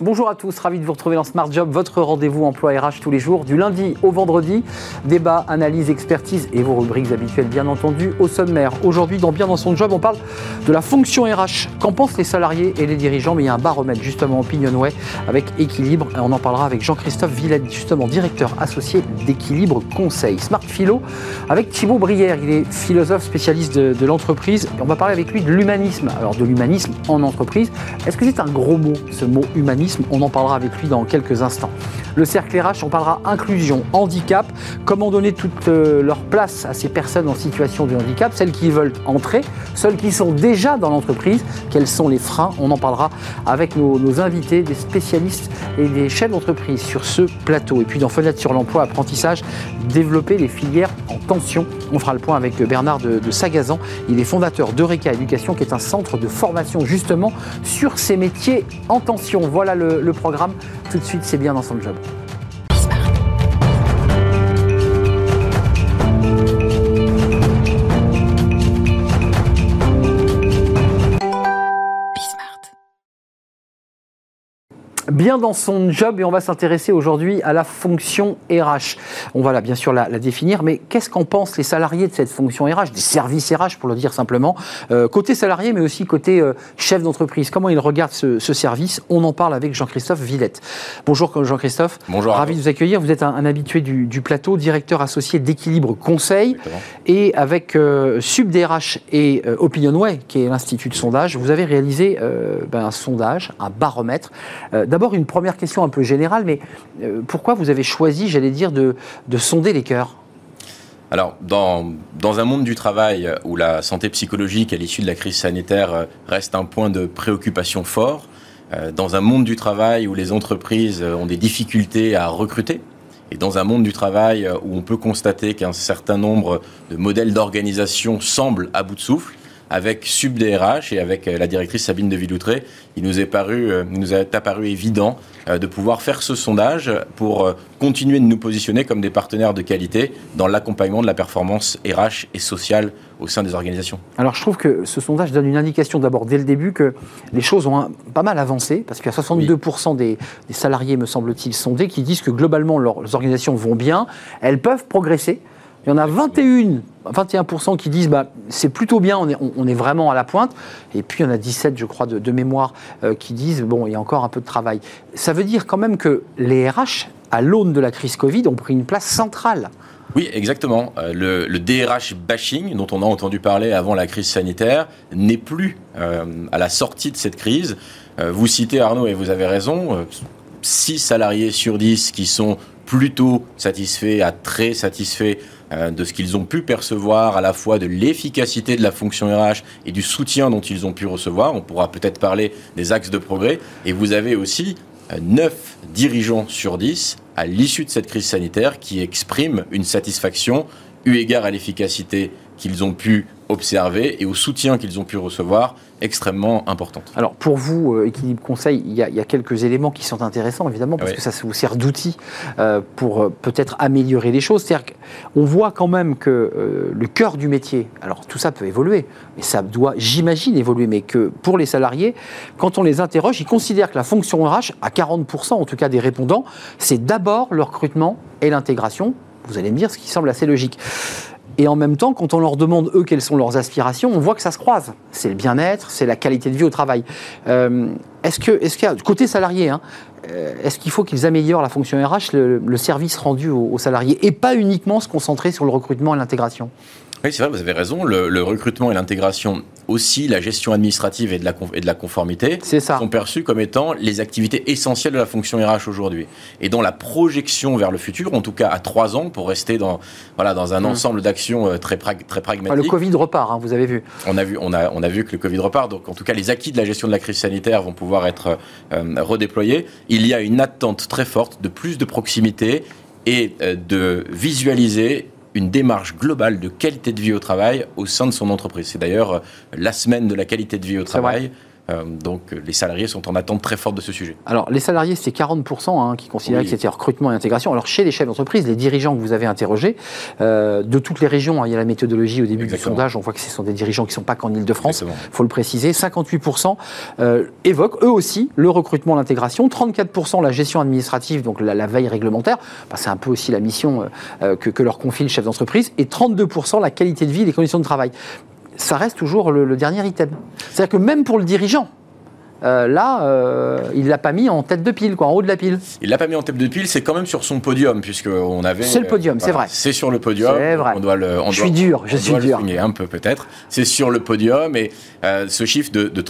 Bonjour à tous, ravi de vous retrouver dans Smart Job, votre rendez-vous emploi RH tous les jours, du lundi au vendredi. Débat, analyse, expertise et vos rubriques habituelles bien entendu au sommaire. Aujourd'hui, dans Bien dans son job, on parle de la fonction RH. Qu'en pensent les salariés et les dirigeants? Mais il y a un baromètre justement Opinionway avec Équilibre. Et on en parlera avec Jean-Christophe Villette, justement directeur associé d'Équilibre Conseil. Smart Philo avec Thibaut Brière, il est philosophe spécialiste de l'entreprise. Et on va parler avec lui de l'humanisme. Alors de l'humanisme en entreprise, est-ce que c'est un gros mot, ce mot humanisme? On en parlera avec lui dans quelques instants. Le cercle RH, on parlera inclusion, handicap, comment donner toute leur place à ces personnes en situation de handicap, celles qui veulent entrer, celles qui sont déjà dans l'entreprise, quels sont les freins, on en parlera avec nos invités, des spécialistes et des chefs d'entreprise sur ce plateau. Et puis dans Fenêtre sur l'emploi, apprentissage, développer les filières en tension. On fera le point avec Bernard de Sagazan, il est fondateur d'Eureka Éducation, qui est un centre de formation justement sur ces métiers en tension. Voilà le programme. Tout de suite, c'est Bien dans son job. Bien dans son job et on va s'intéresser aujourd'hui à la fonction RH. On va bien sûr la définir, mais qu'est-ce qu'en pensent les salariés de cette fonction RH, des services RH pour le dire simplement, côté salarié mais aussi côté chef d'entreprise. Comment ils regardent ce service? On en parle avec Jean-Christophe Villette. Bonjour Jean-Christophe. Bonjour. Ravi de vous accueillir. Vous êtes un habitué du plateau, directeur associé d'Équilibre Conseil. Exactement. Et avec SubDRH et Opinionway, qui est l'institut de sondage, vous avez réalisé un sondage, un baromètre. D'abord, une première question un peu générale, mais pourquoi vous avez choisi, j'allais dire, de sonder les cœurs? Alors, dans un monde du travail où la santé psychologique à l'issue de la crise sanitaire reste un point de préoccupation fort, dans un monde du travail où les entreprises ont des difficultés à recruter, et dans un monde du travail où on peut constater qu'un certain nombre de modèles d'organisation semblent à bout de souffle, avec SubDRH et avec la directrice Sabine de Villoutré, il nous est apparu évident de pouvoir faire ce sondage pour continuer de nous positionner comme des partenaires de qualité dans l'accompagnement de la performance RH et sociale au sein des organisations. Alors je trouve que ce sondage donne une indication d'abord dès le début que les choses ont pas mal avancé, parce qu'il y a 62% des salariés, me semble-t-il, sondés qui disent que globalement leurs organisations vont bien, elles peuvent progresser. Il y en a 21% qui disent c'est plutôt bien, on est vraiment à la pointe. Et puis il y en a 17, je crois, de mémoire qui disent il y a encore un peu de travail. Ça veut dire quand même que les RH, à l'aune de la crise Covid, ont pris une place centrale. Oui, exactement. Le DRH bashing, dont on a entendu parler avant la crise sanitaire, n'est plus à la sortie de cette crise. Vous citez, Arnaud, et vous avez raison, 6 salariés sur 10 qui sont plutôt satisfaits à très satisfaits de ce qu'ils ont pu percevoir, à la fois de l'efficacité de la fonction RH et du soutien dont ils ont pu recevoir. On pourra peut-être parler des axes de progrès. Et vous avez aussi 9 dirigeants sur 10 à l'issue de cette crise sanitaire qui expriment une satisfaction eu égard à l'efficacité qu'ils ont pu observer et au soutien qu'ils ont pu recevoir, extrêmement importante. Alors pour vous, Équilibre Conseil, il y a quelques éléments qui sont intéressants évidemment, parce que ça vous sert d'outil pour peut-être améliorer les choses. C'est-à-dire qu'on voit quand même que le cœur du métier, alors tout ça peut évoluer, mais ça doit, j'imagine, évoluer, mais que pour les salariés, quand on les interroge, ils considèrent que la fonction RH, à 40% en tout cas des répondants, c'est d'abord le recrutement et l'intégration. Vous allez me dire ce qui semble assez logique. Et en même temps, quand on leur demande, eux, quelles sont leurs aspirations, on voit que ça se croise. C'est le bien-être, c'est la qualité de vie au travail. Est-ce qu'il y a, côté salarié, est-ce qu'il faut qu'ils améliorent la fonction RH, le service rendu aux salariés, et pas uniquement se concentrer sur le recrutement et l'intégration? Oui, c'est vrai, vous avez raison. Le recrutement et l'intégration, aussi la gestion administrative et de la conformité, sont perçus comme étant les activités essentielles de la fonction RH aujourd'hui. Et dans la projection vers le futur, en tout cas à 3 ans, pour rester dans un ensemble d'actions très pragmatiques. Le Covid repart, vous avez vu. On a vu que le Covid repart. Donc en tout cas, les acquis de la gestion de la crise sanitaire vont pouvoir être redéployés. Il y a une attente très forte de plus de proximité et de visualiser une démarche globale de qualité de vie au travail au sein de son entreprise. C'est d'ailleurs la semaine de la qualité de vie au travail Donc les salariés sont en attente très forte de ce sujet. Alors les salariés, c'est 40% qui considéraient que c'était recrutement et intégration. Alors chez les chefs d'entreprise, les dirigeants que vous avez interrogés, de toutes les régions, il y a la méthodologie au début du sondage, on voit que ce sont des dirigeants qui ne sont pas qu'en Ile-de-France, il faut le préciser. 58% évoquent eux aussi le recrutement, l'intégration, 34% la gestion administrative, donc la veille réglementaire, c'est un peu aussi la mission que leur confie le chef d'entreprise, et 32% la qualité de vie et les conditions de travail. Ça reste toujours le dernier item. C'est-à-dire que même pour le dirigeant, il ne l'a pas mis en tête de pile, en haut de la pile. Il ne l'a pas mis en tête de pile, c'est quand même sur son podium, puisqu'on avait... C'est le podium, c'est vrai. C'est sur le podium. C'est vrai. Je suis dur. Un peu peut-être. C'est sur le podium, et ce chiffre de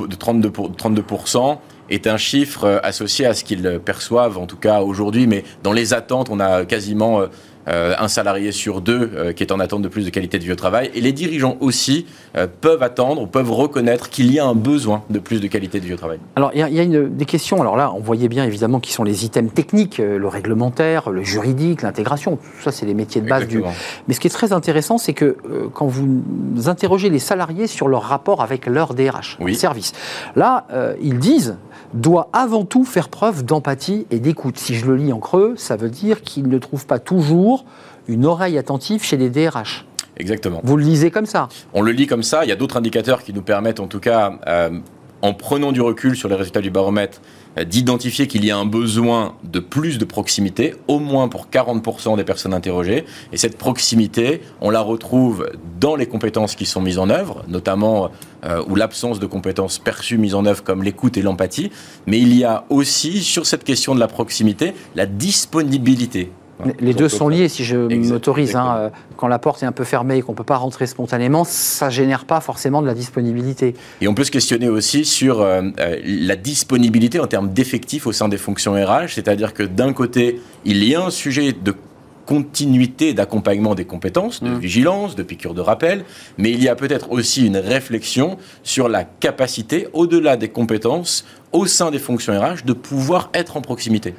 32% est un chiffre associé à ce qu'ils perçoivent, en tout cas aujourd'hui, mais dans les attentes, on a quasiment... un salarié sur deux qui est en attente de plus de qualité de vie au travail. Et les dirigeants aussi peuvent attendre ou peuvent reconnaître qu'il y a un besoin de plus de qualité de vie au travail. Alors, il y a des questions. Alors là, on voyait bien évidemment qui sont les items techniques, le réglementaire, le juridique, l'intégration. Tout ça, c'est les métiers de base du... Mais ce qui est très intéressant, c'est que quand vous interrogez les salariés sur leur rapport avec leur DRH, service, là, ils disent doit avant tout faire preuve d'empathie et d'écoute. Si je le lis en creux, ça veut dire qu'ils ne trouvent pas toujours une oreille attentive chez les DRH. Exactement. Vous le lisez comme ça? On le lit comme ça. Il y a d'autres indicateurs qui nous permettent, en tout cas, en prenant du recul sur les résultats du baromètre, d'identifier qu'il y a un besoin de plus de proximité, au moins pour 40% des personnes interrogées. Et cette proximité, on la retrouve dans les compétences qui sont mises en œuvre, notamment ou l'absence de compétences perçues mises en œuvre comme l'écoute et l'empathie. Mais il y a aussi, sur cette question de la proximité, la disponibilité. Les deux sont liés, si je m'autorise. Quand la porte est un peu fermée et qu'on ne peut pas rentrer spontanément, ça ne génère pas forcément de la disponibilité. Et on peut se questionner aussi sur la disponibilité en termes d'effectifs au sein des fonctions RH, c'est-à-dire que d'un côté, il y a un sujet de continuité d'accompagnement des compétences, de vigilance, de piqûre de rappel, mais il y a peut-être aussi une réflexion sur la capacité, au-delà des compétences, au sein des fonctions RH, de pouvoir être en proximité.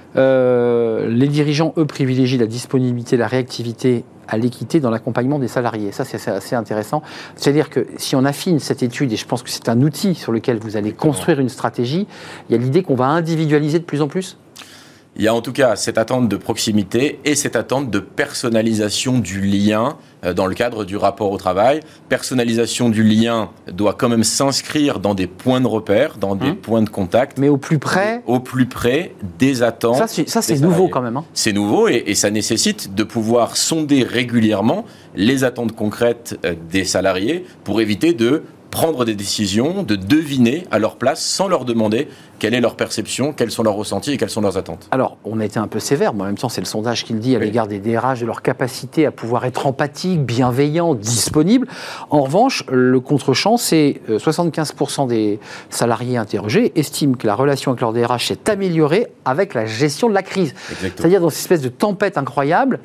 Les dirigeants, eux, privilégient la disponibilité, la réactivité à l'équité dans l'accompagnement des salariés. Ça, c'est assez intéressant. C'est-à-dire que si on affine cette étude, et je pense que c'est un outil sur lequel vous allez construire une stratégie, il y a l'idée qu'on va individualiser de plus en plus. Il y a en tout cas cette attente de proximité et cette attente de personnalisation du lien dans le cadre du rapport au travail. Personnalisation du lien doit quand même s'inscrire dans des points de repère, dans des points de contact. Mais au plus près des attentes. Ça c'est nouveau quand même. C'est nouveau et ça nécessite de pouvoir sonder régulièrement les attentes concrètes des salariés pour éviter de prendre des décisions, de deviner à leur place sans leur demander quelle est leur perception, quels sont leurs ressentis et quelles sont leurs attentes. Alors, on a été un peu sévère, mais en même temps, c'est le sondage qui le dit à l'égard des DRH, de leur capacité à pouvoir être empathique, bienveillant, disponible. En revanche, le contre-champ, c'est 75% des salariés interrogés estiment que la relation avec leur DRH s'est améliorée avec la gestion de la crise. Exactement. C'est-à-dire, dans cette espèce de tempête incroyable,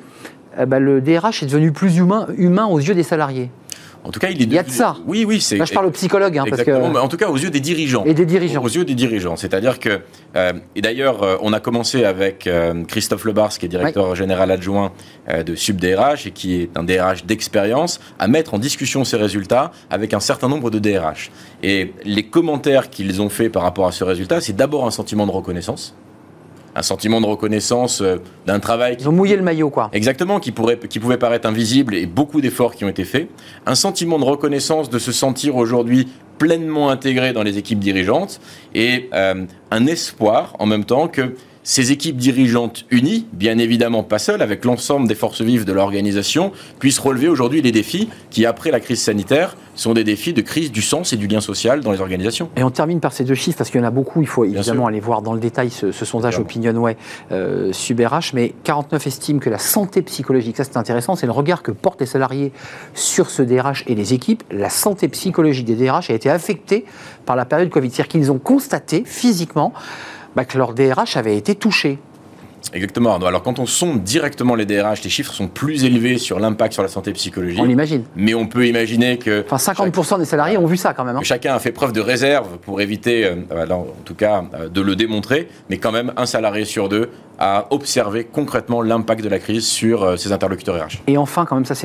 le DRH est devenu plus humain aux yeux des salariés. En tout cas, il y a de ça. Oui, c'est. Là, je parle aux psychologues, parce que. Mais en tout cas, aux yeux des dirigeants. Et des dirigeants. Aux yeux des dirigeants. C'est-à-dire que, et d'ailleurs, on a commencé avec Christophe Lebars, qui est directeur général adjoint de SubDRH et qui est un DRH d'expérience, à mettre en discussion ces résultats avec un certain nombre de DRH. Et les commentaires qu'ils ont faits par rapport à ce résultat, c'est d'abord un sentiment de reconnaissance. Un sentiment de reconnaissance d'un travail... Ils ont mouillé le maillot, quoi. Exactement, qui pouvait paraître invisible et beaucoup d'efforts qui ont été faits. Un sentiment de reconnaissance, de se sentir aujourd'hui pleinement intégré dans les équipes dirigeantes et un espoir en même temps que ces équipes dirigeantes unies, bien évidemment pas seules, avec l'ensemble des forces vives de l'organisation, puissent relever aujourd'hui les défis qui, après la crise sanitaire, sont des défis de crise du sens et du lien social dans les organisations. Et on termine par ces deux chiffres, parce qu'il y en a beaucoup, il faut évidemment aller voir dans le détail ce sondage OpinionWay SubRH, mais 49 estiment que la santé psychologique, ça c'est intéressant, c'est le regard que portent les salariés sur ce DRH et les équipes, la santé psychologique des DRH a été affectée par la période Covid. C'est-à-dire qu'ils ont constaté physiquement que leur DRH avait été touché. Exactement. Alors quand on sonde directement les DRH, les chiffres sont plus élevés sur l'impact sur la santé psychologique. On l'imagine. Mais on peut imaginer que... 50% des salariés ont vu ça quand même. Que chacun a fait preuve de réserve pour éviter, en tout cas, de le démontrer. Mais quand même, un salarié sur deux à observer concrètement l'impact de la crise sur ses interlocuteurs RH. Et enfin, quand même, ça c'est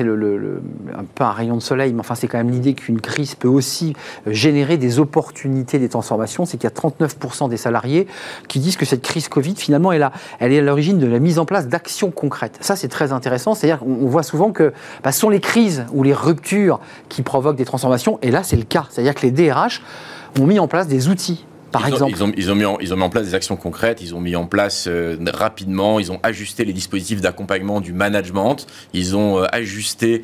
un peu un rayon de soleil, mais enfin c'est quand même l'idée qu'une crise peut aussi générer des opportunités, des transformations. C'est qu'il y a 39% des salariés qui disent que cette crise Covid, finalement, elle est à l'origine de la mise en place d'actions concrètes. Ça, c'est très intéressant. C'est-à-dire qu'on voit souvent que ce sont les crises ou les ruptures qui provoquent des transformations. Et là, c'est le cas. C'est-à-dire que les DRH ont mis en place des outils. Par exemple. Ils ont mis en place des actions concrètes, ils ont mis en place rapidement, ils ont ajusté les dispositifs d'accompagnement du management, ils ont ajusté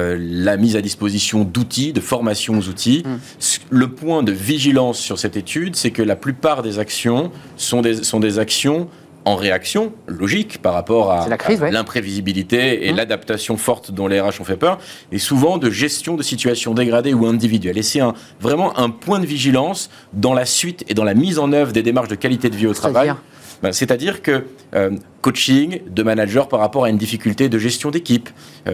la mise à disposition d'outils, de formation aux outils. Le point de vigilance sur cette étude, c'est que la plupart des actions sont des actions en réaction logique par rapport à l'imprévisibilité et l'adaptation forte dont les RH ont fait peur, et souvent de gestion de situations dégradées ou individuelles. Et c'est vraiment un point de vigilance dans la suite et dans la mise en œuvre des démarches de qualité de vie au travail. C'est-à-dire que coaching de manager par rapport à une difficulté de gestion d'équipe,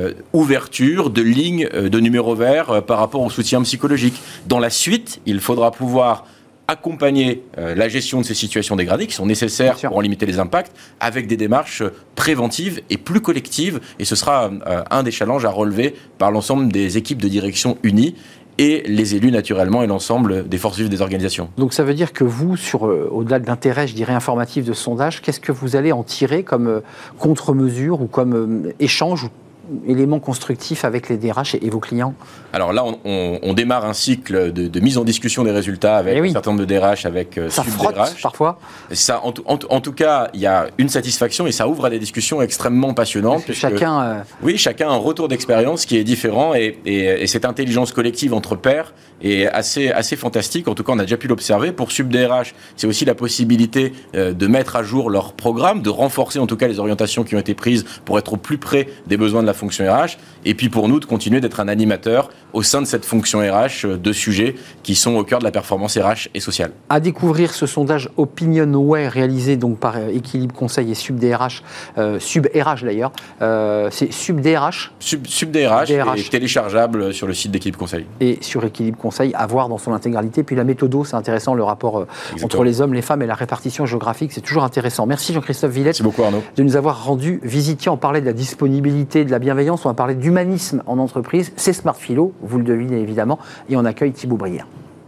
ouverture de lignes de numéro vert par rapport au soutien psychologique. Dans la suite, il faudra pouvoir accompagner la gestion de ces situations dégradées qui sont nécessaires pour en limiter les impacts avec des démarches préventives et plus collectives. Et ce sera un des challenges à relever par l'ensemble des équipes de direction unies et les élus naturellement et l'ensemble des forces vives des organisations. Donc ça veut dire que vous, au-delà de l'intérêt, je dirais, informatif de ce sondage, qu'est-ce que vous allez en tirer comme contre-mesure ou comme échange ou éléments constructifs avec les DRH et vos clients? Alors là, on démarre un cycle de mise en discussion des résultats avec un certain nombre de DRH, avec ça frotte parfois. Ça, en tout cas, il y a une satisfaction et ça ouvre à des discussions extrêmement passionnantes. Chacun a un retour d'expérience qui est différent et cette intelligence collective entre pairs est assez fantastique. En tout cas, on a déjà pu l'observer. Pour SubDRH, c'est aussi la possibilité de mettre à jour leur programme, de renforcer en tout cas les orientations qui ont été prises pour être au plus près des besoins de la fonction RH. Et puis pour nous, de continuer d'être un animateur au sein de cette fonction RH de sujets qui sont au cœur de la performance RH et sociale. À découvrir ce sondage OpinionWay réalisé donc par Équilibre Conseil et SubDRH, SubRH d'ailleurs. C'est SubDRH. SubDRH est téléchargeable sur le site d'Équilibre Conseil. Et sur Équilibre Conseil, à voir dans son intégralité. Puis la méthodo, c'est intéressant, le rapport entre les hommes, les femmes et la répartition géographique, c'est toujours intéressant. Merci Jean-Christophe Villette. Merci beaucoup Arnaud. De nous avoir rendu visite. On parlait de la disponibilité, de la bienveillance, on va parler d'humanisme en entreprise. C'est Smart Philo, vous le devinez évidemment. Et on accueille Thibaut Brière.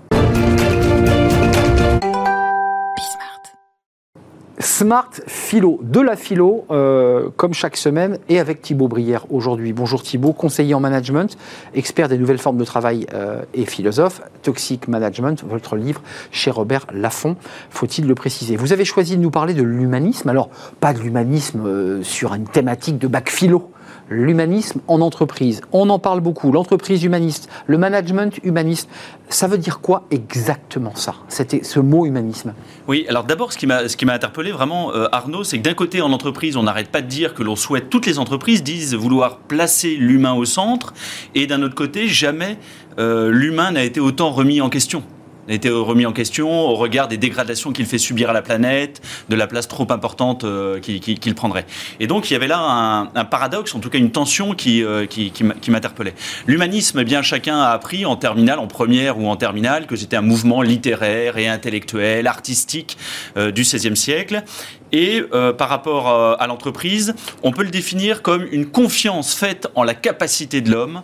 Smart Philo, de la philo, comme chaque semaine, et avec Thibaut Brière aujourd'hui. Bonjour Thibaut, conseiller en management, expert des nouvelles formes de travail et philosophe. Toxic Management, votre livre chez Robert Laffont, faut-il le préciser. Vous avez choisi de nous parler de l'humanisme, alors pas de l'humanisme sur une thématique de bac philo. L'humanisme en entreprise. On en parle beaucoup. L'entreprise humaniste, le management humaniste. Ça veut dire quoi exactement ça, ce mot humanisme? Oui, alors d'abord, ce qui m'a interpellé vraiment, Arnaud, c'est que d'un côté, en entreprise, on n'arrête pas de dire que l'on souhaite, toutes les entreprises disent vouloir placer l'humain au centre, et d'un autre côté, jamais l'humain n'a été autant remis en question. A été remis en question au regard des dégradations qu'il fait subir à la planète, de la place trop importante qu'il prendrait. Et donc il y avait là un paradoxe, en tout cas une tension qui m'interpellait. L'humanisme, eh bien chacun a appris en terminale, en première ou en terminale, que c'était un mouvement littéraire et intellectuel, artistique du XVIe siècle. Et par rapport à l'entreprise, on peut le définir comme une confiance faite en la capacité de l'homme.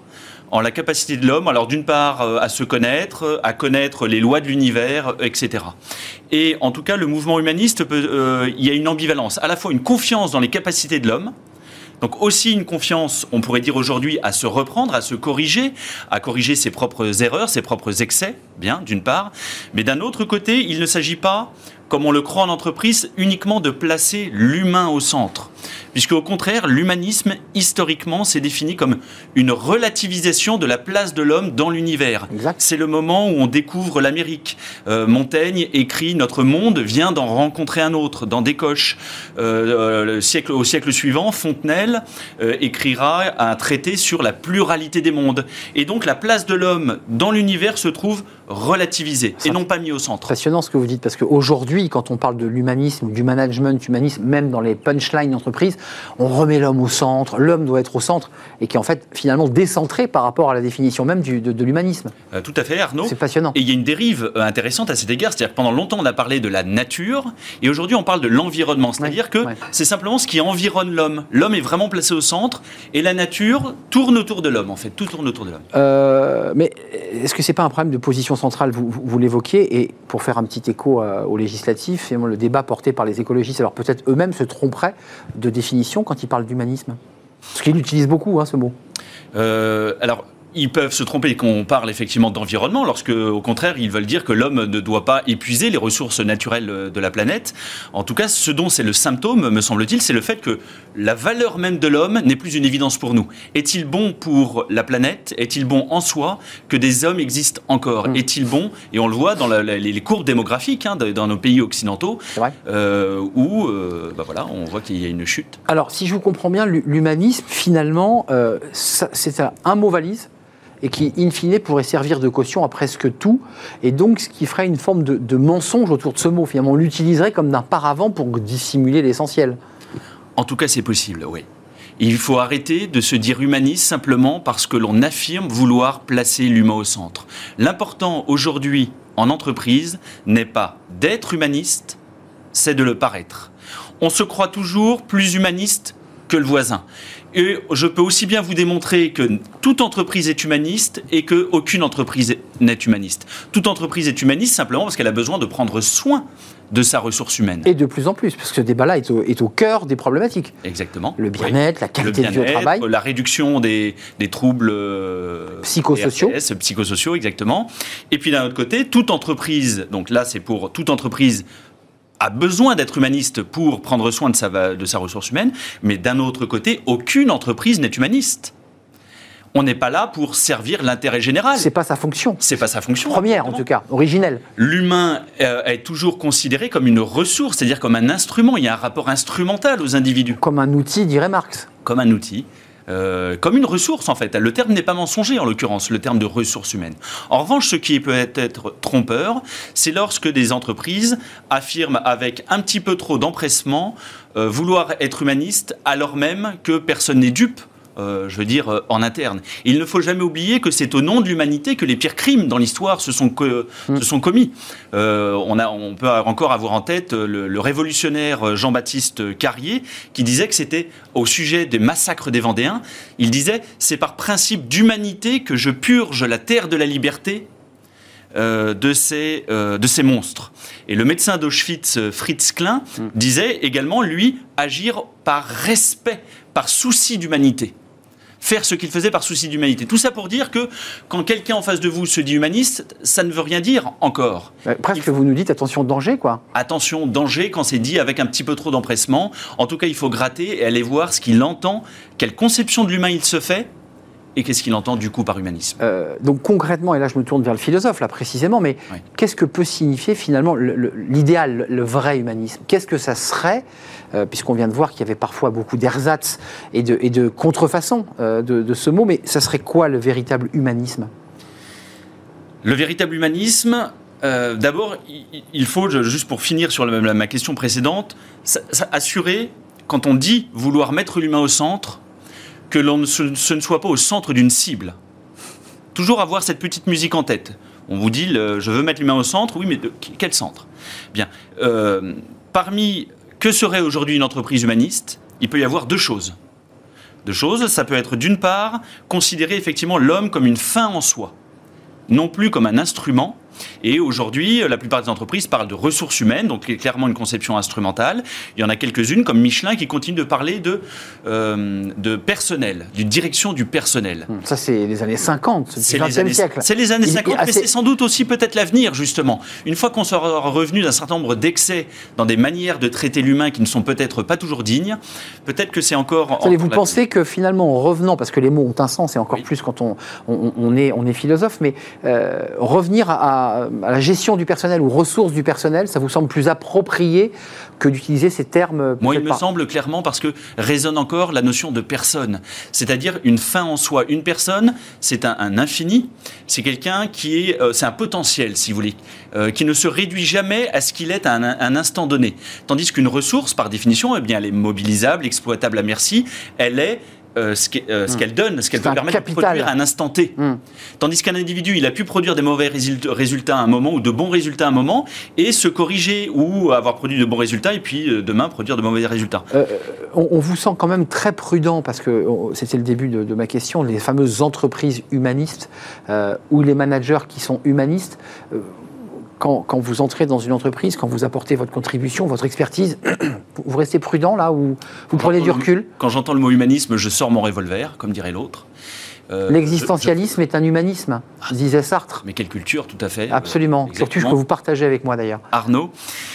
Alors d'une part à se connaître, à connaître les lois de l'univers, etc. Et en tout cas, le mouvement humaniste, il y a une ambivalence, à la fois une confiance dans les capacités de l'homme, donc aussi une confiance, on pourrait dire aujourd'hui, à se reprendre, à se corriger, à corriger ses propres erreurs, ses propres excès, bien, d'une part, mais d'un autre côté, il ne s'agit pas, comme on le croit en entreprise, uniquement de placer l'humain au centre. Puisque au contraire, l'humanisme, historiquement, s'est défini comme une relativisation de la place de l'homme dans l'univers. Exact. C'est le moment où on découvre l'Amérique. Montaigne écrit « Notre monde vient d'en rencontrer un autre » dans Descoches. Au siècle suivant, Fontenelle écrira un traité sur la pluralité des mondes. Et donc la place de l'homme dans l'univers se trouve relativisée et non pas mise au centre. Passionnant ce que vous dites, parce qu'aujourd'hui, aujourd'hui, quand on parle de l'humanisme, du management, humanisme, même dans les punchlines d'entreprise, on remet l'homme au centre, l'homme doit être au centre, et qui est en fait finalement décentré par rapport à la définition même de l'humanisme. Tout à fait, Arnaud. C'est passionnant. Et il y a une dérive intéressante à cet égard, c'est-à-dire que pendant longtemps on a parlé de la nature, et aujourd'hui on parle de l'environnement, c'est-à-dire que c'est simplement ce qui environne l'homme. L'homme est vraiment placé au centre, et la nature tourne autour de l'homme, en fait, tout tourne autour de l'homme. Mais est-ce que c'est pas un problème de position centrale, vous l'évoquiez, et pour faire un petit écho aux législatives, finalement, le débat porté par les écologistes, alors peut-être eux-mêmes se tromperaient de définition quand ils parlent d'humanisme, parce qu'ils utilisent beaucoup ce mot. Alors, ils peuvent se tromper quand on parle effectivement d'environnement, lorsque, au contraire, ils veulent dire que l'homme ne doit pas épuiser les ressources naturelles de la planète. En tout cas, ce dont c'est le symptôme, me semble-t-il, c'est le fait que la valeur même de l'homme n'est plus une évidence pour nous. Est-il bon pour la planète ? Est-il bon en soi que des hommes existent encore ? Est-il bon, et on le voit dans les courbes démographiques dans nos pays occidentaux, où on voit qu'il y a une chute. Alors, si je vous comprends bien, l'humanisme, finalement, c'est un mot valise, et qui, in fine, pourrait servir de caution à presque tout, et donc ce qui ferait une forme de mensonge autour de ce mot. Finalement, on l'utiliserait comme d'un paravent pour dissimuler l'essentiel. En tout cas, c'est possible, oui. Il faut arrêter de se dire humaniste simplement parce que l'on affirme vouloir placer l'humain au centre. L'important aujourd'hui en entreprise n'est pas d'être humaniste, c'est de le paraître. On se croit toujours plus humaniste que le voisin. Et je peux aussi bien vous démontrer que toute entreprise est humaniste et qu'aucune entreprise n'est humaniste. Toute entreprise est humaniste simplement parce qu'elle a besoin de prendre soin de sa ressource humaine. Et de plus en plus, parce que ce débat-là est au cœur des problématiques. Exactement. Le bien-être, la qualité de vie au travail. La réduction des troubles psychosociaux. Psychosociaux, exactement. Et puis d'un autre côté, toute entreprise, donc là c'est pour toute entreprise, a besoin d'être humaniste pour prendre soin de sa ressource humaine, mais d'un autre côté, aucune entreprise n'est humaniste. On n'est pas là pour servir l'intérêt général. C'est pas sa fonction. C'est pas sa fonction. Première, en tout cas, originelle. L'humain est toujours considéré comme une ressource, c'est-à-dire comme un instrument. Il y a un rapport instrumental aux individus. Comme un outil, dirait Marx. Comme un outil. Comme une ressource en fait. Le terme n'est pas mensonger en l'occurrence, le terme de ressources humaines. En revanche, ce qui peut être trompeur, c'est lorsque des entreprises affirment avec un petit peu trop d'empressement vouloir être humaniste alors même que personne n'est dupe. En interne. Il ne faut jamais oublier que c'est au nom de l'humanité que les pires crimes dans l'histoire se sont commis. On peut encore avoir en tête le révolutionnaire Jean-Baptiste Carrier qui disait que c'était au sujet des massacres des Vendéens. Il disait « C'est par principe d'humanité que je purge la terre de la liberté de ces monstres. » Et le médecin d'Auschwitz, Fritz Klein, disait également, lui, agir par respect, par souci d'humanité. Faire ce qu'il faisait par souci d'humanité. Tout ça pour dire que quand quelqu'un en face de vous se dit humaniste, ça ne veut rien dire encore. Presque vous nous dites attention danger, quoi. Attention danger quand c'est dit avec un petit peu trop d'empressement. En tout cas, il faut gratter et aller voir ce qu'il entend, quelle conception de l'humain il se fait et qu'est-ce qu'il entend du coup par humanisme. Donc concrètement, et là je me tourne vers le philosophe là précisément, mais qu'est-ce que peut signifier finalement l'idéal, le vrai humanisme ? Qu'est-ce que ça serait, puisqu'on vient de voir qu'il y avait parfois beaucoup d'ersatz et de contrefaçons de ce mot, mais ça serait quoi le véritable humanisme ? Le véritable humanisme, d'abord, il faut, juste pour finir sur ma question précédente, assurer, quand on dit vouloir mettre l'humain au centre, que ce ne soit pas au centre d'une cible. Toujours avoir cette petite musique en tête. On vous dit, je veux mettre l'humain au centre, oui, mais de quel centre ? Bien. Que serait aujourd'hui une entreprise humaniste ? Il peut y avoir deux choses. Ça peut être d'une part, considérer effectivement l'homme comme une fin en soi, non plus comme un instrument. Et aujourd'hui, la plupart des entreprises parlent de ressources humaines, donc clairement une conception instrumentale. Il y en a quelques-unes, comme Michelin, qui continuent de parler de personnel, d'une direction du personnel. Ça, c'est les années 50, c'est le XXe siècle. C'est les années 50, mais c'est sans doute aussi peut-être l'avenir, justement. Une fois qu'on sera revenu d'un certain nombre d'excès dans des manières de traiter l'humain qui ne sont peut-être pas toujours dignes, peut-être que c'est encore... Vous pensez que finalement, en revenant, parce que les mots ont un sens, et encore plus quand on est philosophe, mais revenir à à la gestion du personnel ou ressources du personnel, ça vous semble plus approprié que d'utiliser ces termes? Moi, il me semble clairement, parce que résonne encore la notion de personne, c'est-à-dire une fin en soi. Une personne, c'est un infini, c'est quelqu'un qui est, c'est un potentiel, si vous voulez, qui ne se réduit jamais à ce qu'il est à un instant donné. Tandis qu'une ressource, par définition, eh bien, elle est mobilisable, exploitable à merci, elle est ce qu'elle donne, ce qu'elle peut permettre de produire à un instant T. Tandis qu'un individu, il a pu produire des mauvais résultats à un moment ou de bons résultats à un moment et se corriger ou avoir produit de bons résultats et puis demain produire de mauvais résultats. On vous sent quand même très prudent parce que c'était le début de ma question, les fameuses entreprises humanistes ou les managers qui sont humanistes. Quand vous entrez dans une entreprise, quand vous apportez votre contribution, votre expertise, vous restez prudent là ou vous prenez du recul? Quand j'entends le mot humanisme, je sors mon revolver, comme dirait l'autre. L'existentialisme est un humanisme, disait Sartre. Mais quelle culture, tout à fait. Absolument, surtout ce que vous partagez avec moi d'ailleurs. Arnaud.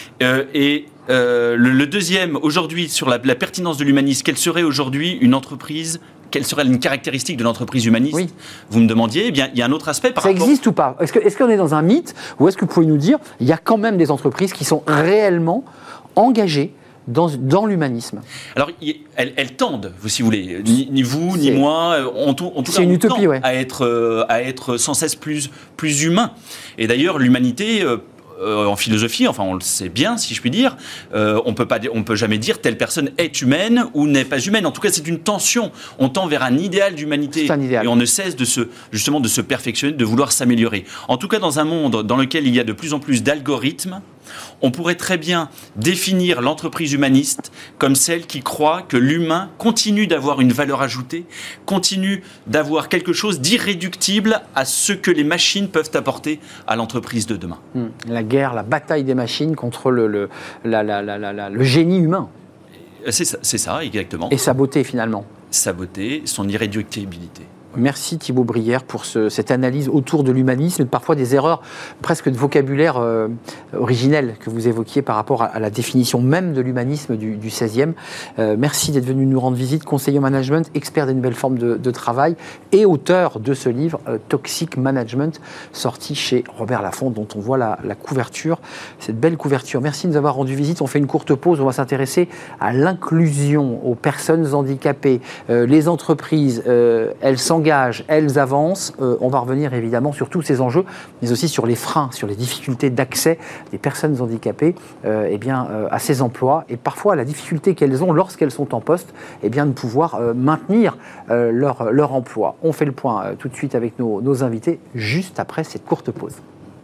Le deuxième, aujourd'hui, sur la pertinence de l'humanisme, quelle serait aujourd'hui une entreprise? Quelle serait une caractéristique de l'entreprise humaniste? Oui. Vous me demandiez, eh bien, il y a un autre aspect par rapport... Ça existe ou pas? Est-ce qu'on est dans un mythe? Ou est-ce que vous pouvez nous dire, il y a quand même des entreprises qui sont réellement engagées dans l'humanisme? Alors, elles tendent, si vous voulez, ni vous, ni moi, en tout cas, une utopie, ouais. à être sans cesse plus humain. Et d'ailleurs, l'humanité... en philosophie, enfin on le sait bien si je puis dire, on peut jamais dire telle personne est humaine ou n'est pas humaine. En tout cas, c'est une tension. On tend vers un idéal d'humanité et on ne cesse de se perfectionner, de vouloir s'améliorer. En tout cas, dans un monde dans lequel il y a de plus en plus d'algorithmes, on pourrait très bien définir l'entreprise humaniste comme celle qui croit que l'humain continue d'avoir une valeur ajoutée, continue d'avoir quelque chose d'irréductible à ce que les machines peuvent apporter à l'entreprise de demain. La guerre, la bataille des machines contre le génie humain. C'est ça, exactement. Et sa beauté, finalement. Sa beauté, son irréductibilité. Merci Thibaut Brière pour cette analyse autour de l'humanisme et parfois des erreurs presque de vocabulaire originel que vous évoquiez par rapport à la définition même de l'humanisme du 16e. Merci d'être venu nous rendre visite, conseiller en management, expert des nouvelles formes de travail et auteur de ce livre Toxic Management, sorti chez Robert Laffont, dont on voit la couverture, cette belle couverture. Merci de nous avoir rendu visite. On fait une courte pause, on va s'intéresser à l'inclusion, aux personnes handicapées, les entreprises, elles s'engagent, elles avancent. On va revenir évidemment sur tous ces enjeux, mais aussi sur les freins, sur les difficultés d'accès des personnes handicapées à ces emplois et parfois la difficulté qu'elles ont lorsqu'elles sont en poste de pouvoir maintenir leur emploi. On fait le point tout de suite avec nos invités juste après cette courte pause.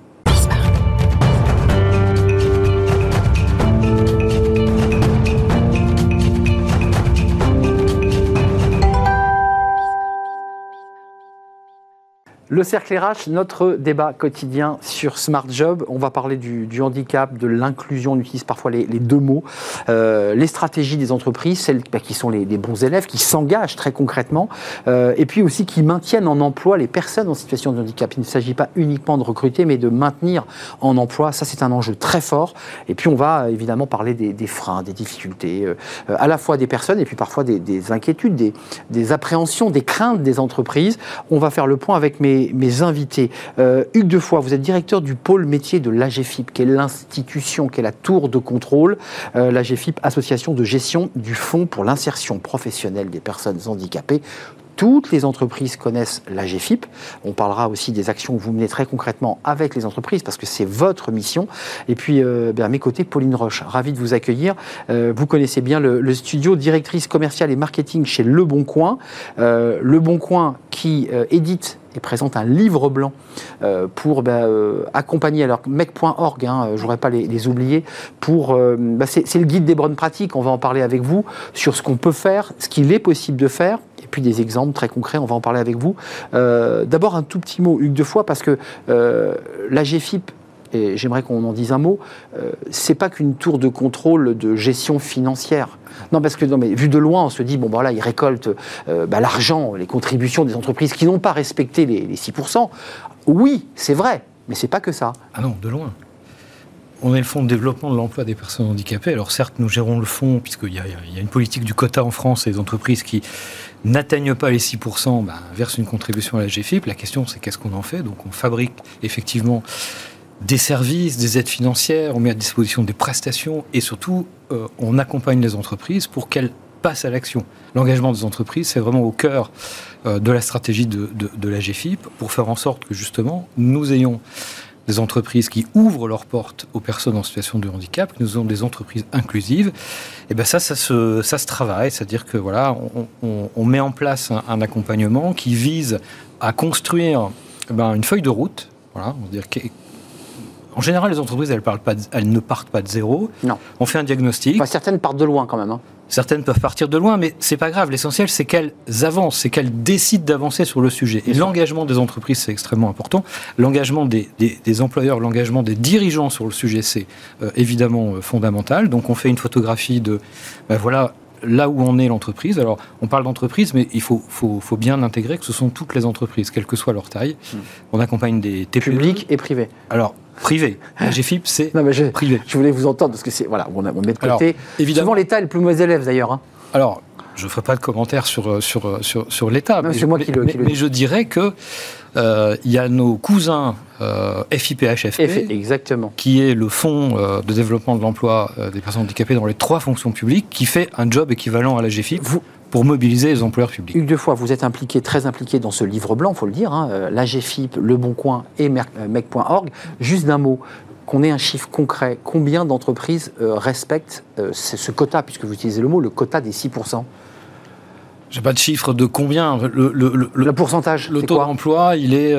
Le Cercle RH, notre débat quotidien sur Smart Job. On va parler du handicap, de l'inclusion, on utilise parfois les deux mots. Les stratégies des entreprises, celles qui sont les bons élèves, qui s'engagent très concrètement, et puis aussi qui maintiennent en emploi les personnes en situation de handicap. Il ne s'agit pas uniquement de recruter, mais de maintenir en emploi. Ça, c'est un enjeu très fort. Et puis, on va évidemment parler des freins, des difficultés, à la fois des personnes et puis parfois des inquiétudes, des appréhensions, des craintes des entreprises. On va faire le point avec mes invités. Hugues Defoy, vous êtes directeur du pôle métier de l'AGEFIP, qui est l'institution, qui est la tour de contrôle. L'AGEFIP, association de gestion du Fonds pour l'insertion professionnelle des personnes handicapées. Toutes les entreprises connaissent l'AGEFIP. On parlera aussi des actions que vous menez très concrètement avec les entreprises, parce que c'est votre mission. Et puis, à mes côtés, Pauline Roche, ravie de vous accueillir. Vous connaissez bien le studio, directrice commerciale et marketing chez Le Bon Coin. Le Bon Coin qui édite et présente un livre blanc pour accompagner, alors mec.org, je ne voudrais pas les oublier, c'est le guide des bonnes pratiques, on va en parler avec vous, sur ce qu'on peut faire, ce qu'il est possible de faire, et puis des exemples très concrets, on va en parler avec vous. D'abord un tout petit mot, Hugues Defoy, parce que l'AGEFIP, et j'aimerais qu'on en dise un mot, c'est pas qu'une tour de contrôle de gestion financière. Non, parce que mais vu de loin, on se dit, ils récoltent l'argent, les contributions des entreprises qui n'ont pas respecté les 6%. Oui, c'est vrai, mais c'est pas que ça. Ah non, de loin. On est le fonds de développement de l'emploi des personnes handicapées. Alors certes, nous gérons le fonds, puisqu'il y a une politique du quota en France, et les entreprises qui n'atteignent pas les 6% versent une contribution à la GFIP. La question, c'est qu'est-ce qu'on en fait? Donc on fabrique effectivement des services, des aides financières, on met à disposition des prestations et surtout, on accompagne les entreprises pour qu'elles passent à l'action. L'engagement des entreprises, c'est vraiment au cœur de la stratégie de la GFIP pour faire en sorte que justement, nous ayons des entreprises qui ouvrent leurs portes aux personnes en situation de handicap, que nous ayons des entreprises inclusives. Et bien ça se travaille, c'est-à-dire que voilà, on met en place un accompagnement qui vise à construire une feuille de route. Voilà, on va dire en général, les entreprises, elles ne partent pas de zéro. Non. On fait un diagnostic. Enfin, certaines partent de loin quand même. Certaines peuvent partir de loin, mais c'est pas grave. L'essentiel, c'est qu'elles avancent, c'est qu'elles décident d'avancer sur le sujet. Et l'engagement des entreprises, c'est extrêmement important. L'engagement des employeurs, l'engagement des dirigeants sur le sujet, c'est évidemment fondamental. Donc, on fait une photographie de, voilà, là où en est l'entreprise. Alors, on parle d'entreprise, mais il faut bien intégrer que ce sont toutes les entreprises, quelle que soit leur taille. On accompagne des TPE. Public et privé. Alors, privé. La GFIP, c'est privé. Je voulais vous entendre parce que c'est voilà, on met de côté. Alors, évidemment, souvent l'État est le plus mauvais élève d'ailleurs. Alors, je ne ferai pas de commentaires sur l'État, mais je dirais que il y a nos cousins FIPHFP, exactement, qui est le fonds de développement de l'emploi des personnes handicapées dans les 3 fonctions publiques, qui fait un job équivalent à la GFIP. Pour mobiliser les employeurs publics. Hugues Defoy, vous êtes très impliqué dans ce livre blanc, il faut le dire, la GFIP, Le Bon Coin et Mec.org. Juste d'un mot, qu'on ait un chiffre concret, combien d'entreprises respectent ce quota, puisque vous utilisez le mot, le quota des 6%? Je n'ai pas de chiffre de combien. Le pourcentage, le taux d'emploi, il est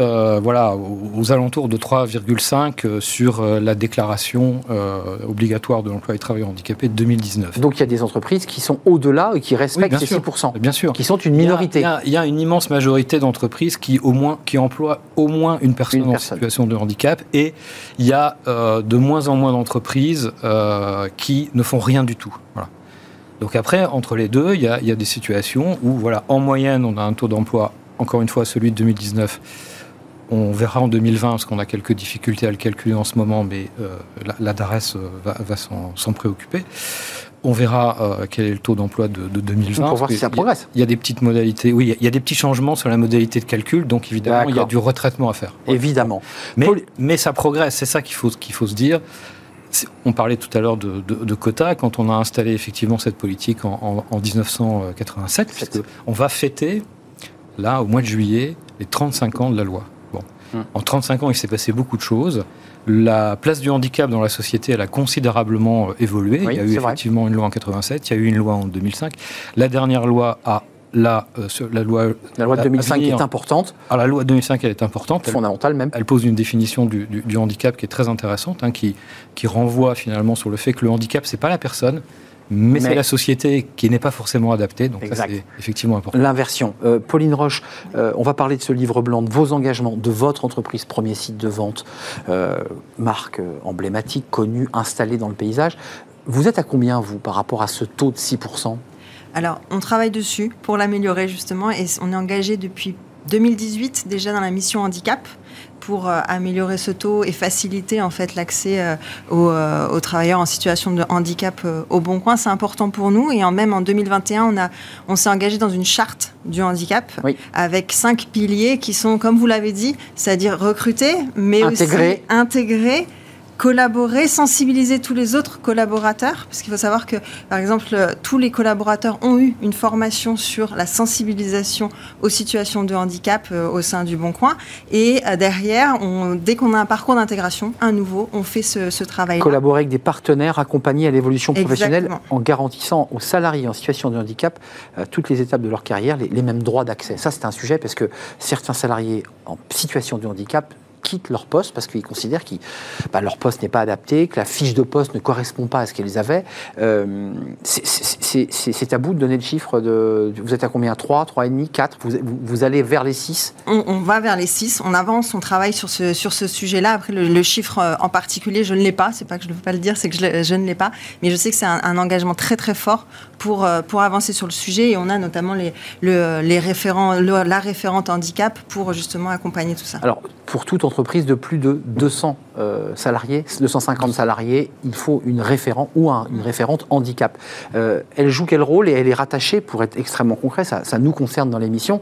aux alentours de 3,5 sur la déclaration obligatoire de l'emploi des travailleurs handicapés de 2019. Donc il y a des entreprises qui sont au-delà et qui respectent ces 6%. Bien sûr. Qui sont une minorité. Il y a une immense majorité d'entreprises qui emploient au moins une personne en situation de handicap, et il y a de moins en moins d'entreprises qui ne font rien du tout. Voilà. Donc après, entre les deux, il y a des situations où, voilà, en moyenne, on a un taux d'emploi, encore une fois, celui de 2019. On verra en 2020, parce qu'on a quelques difficultés à le calculer en ce moment, mais la DARES va s'en préoccuper. On verra quel est le taux d'emploi de 2020. Pour voir si ça progresse. Il y a des petites modalités, oui, il y a des petits changements sur la modalité de calcul, donc évidemment, il y a du retraitement à faire. Évidemment. Mais ça progresse, c'est ça qu'il faut se dire. On parlait tout à l'heure de quotas, quand on a installé effectivement cette politique en 1987, puisqu'on va fêter, là, au mois de juillet, les 35 ans de la loi. Bon. En 35 ans, il s'est passé beaucoup de choses. La place du handicap dans la société, elle a considérablement évolué. Oui, il y a eu effectivement une loi en 87, il y a eu une loi en 2005. La dernière loi a... la loi de 2005 est importante. Alors, la loi de 2005, elle est importante. Fondamentale même. Elle pose une définition du handicap qui est très intéressante, qui renvoie finalement sur le fait que le handicap, c'est pas la personne, mais c'est la société qui n'est pas forcément adaptée. Donc ça, c'est effectivement important. L'inversion. Pauline Roche, on va parler de ce livre blanc, de vos engagements, de votre entreprise, premier site de vente, marque emblématique, connue, installée dans le paysage. Vous êtes à combien, vous, par rapport à ce taux de 6%? Alors, on travaille dessus pour l'améliorer justement, et on est engagé depuis 2018 déjà dans la mission handicap pour améliorer ce taux et faciliter en fait l'accès aux travailleurs en situation de handicap au Bon Coin. C'est important pour nous, et même en 2021, on s'est engagé dans une charte du handicap avec 5 piliers qui sont, comme vous l'avez dit, c'est-à-dire recruter, mais aussi intégrer, collaborer, sensibiliser tous les autres collaborateurs, parce qu'il faut savoir que, par exemple, tous les collaborateurs ont eu une formation sur la sensibilisation aux situations de handicap au sein du Bon Coin, et derrière, dès qu'on a un parcours d'intégration, un nouveau, on fait ce travail-là. Collaborer avec des partenaires, accompagner à l'évolution professionnelle. Exactement. En garantissant aux salariés en situation de handicap toutes les étapes de leur carrière, les mêmes droits d'accès. Ça, c'est un sujet, parce que certains salariés en situation de handicap quittent leur poste parce qu'ils considèrent que leur poste n'est pas adapté, que la fiche de poste ne correspond pas à ce qu'ils avaient. C'est à vous de donner le chiffre vous êtes à combien? 3, 3,5, 4? Vous allez vers les 6? On va vers les 6, on avance, on travaille sur ce sujet-là. Après, le chiffre en particulier, je ne l'ai pas. C'est pas que je ne veux pas le dire, c'est que je ne l'ai pas. Mais je sais que c'est un engagement très très fort pour avancer sur le sujet, et on a notamment les référents, la référente handicap pour justement accompagner tout ça. Alors, pour toute entreprise de plus de 200 salariés, 250 salariés, il faut une référent ou une référente handicap. Elle joue quel rôle, et elle est rattachée, pour être extrêmement concret, ça nous concerne dans l'émission,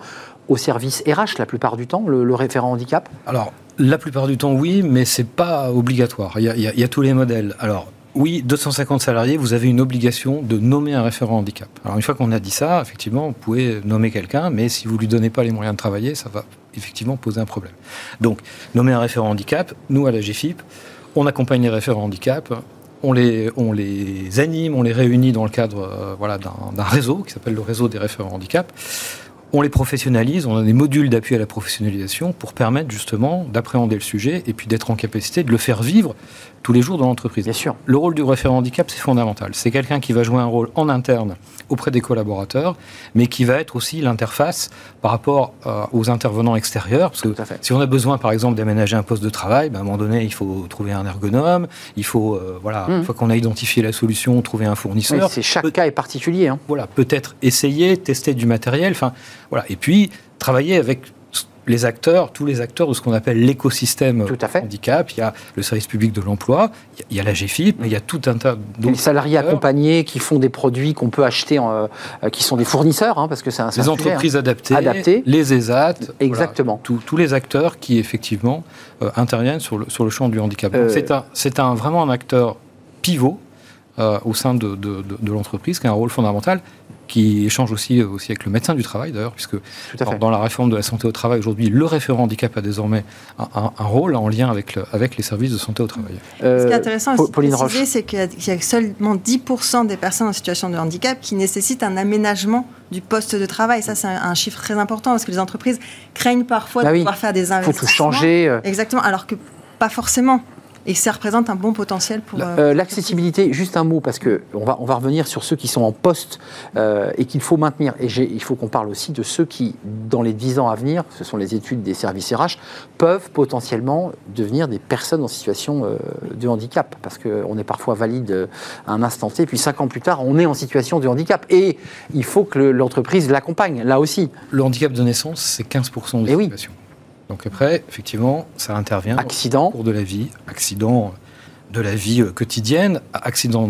au service RH la plupart du temps, le référent handicap? Alors, la plupart du temps, oui, mais ce n'est pas obligatoire. Il y a tous les modèles. Alors, oui, 250 salariés, vous avez une obligation de nommer un référent handicap. Alors, une fois qu'on a dit ça, effectivement, vous pouvez nommer quelqu'un, mais si vous ne lui donnez pas les moyens de travailler, ça va effectivement poser un problème. Donc, nommer un référent handicap, nous, à la GFIP, on accompagne les référents handicap, on les anime, on les réunit dans le cadre d'un réseau qui s'appelle le réseau des référents handicap. On les professionnalise, on a des modules d'appui à la professionnalisation pour permettre justement d'appréhender le sujet et puis d'être en capacité de le faire vivre tous les jours dans l'entreprise. Bien sûr. Le rôle du référent handicap, c'est fondamental. C'est quelqu'un qui va jouer un rôle en interne auprès des collaborateurs, mais qui va être aussi l'interface par rapport aux intervenants extérieurs. Parce que si on a besoin, par exemple, d'aménager un poste de travail, à un moment donné, il faut trouver un ergonome, il faut, une fois qu'on a identifié la solution, trouver un fournisseur. Oui, chaque cas est particulier. Voilà, peut-être essayer, tester du matériel, et puis travailler avec les acteurs, tous les acteurs de ce qu'on appelle l'écosystème handicap. Il y a le service public de l'emploi, il y a la GFIP, mais il y a tout un tas d'autres. Les salariés accompagnés qui font des produits qu'on peut acheter, qui sont des fournisseurs, parce que c'est un les entreprises adaptées, les ESAT, exactement. Tous les acteurs qui effectivement interviennent sur le champ du handicap. C'est vraiment un acteur pivot au sein de l'entreprise qui a un rôle fondamental, qui échange aussi avec le médecin du travail d'ailleurs, puisque dans la réforme de la santé au travail aujourd'hui, le référent handicap a désormais un rôle en lien avec les services de santé au travail. Ce qui est intéressant aussi de préciser, c'est qu'il y a seulement 10% des personnes en situation de handicap qui nécessitent un aménagement du poste de travail. Ça, c'est un chiffre très important parce que les entreprises craignent parfois de pouvoir faire des investissements. Il faut tout changer. Exactement, alors que pas forcément. Et ça représente un bon potentiel pour... l'accessibilité, juste un mot, parce qu'on va revenir sur ceux qui sont en poste et qu'il faut maintenir. Et il faut qu'on parle aussi de ceux qui, dans les 10 ans à venir, ce sont les études des services RH, peuvent potentiellement devenir des personnes en situation de handicap. Parce qu'on est parfois valide à un instant T, puis 5 ans plus tard, on est en situation de handicap. Et il faut que l'entreprise l'accompagne, là aussi. Le handicap de naissance, c'est 15% des situations. Donc après, effectivement, ça intervient au cours de la vie, accident de la vie quotidienne, accident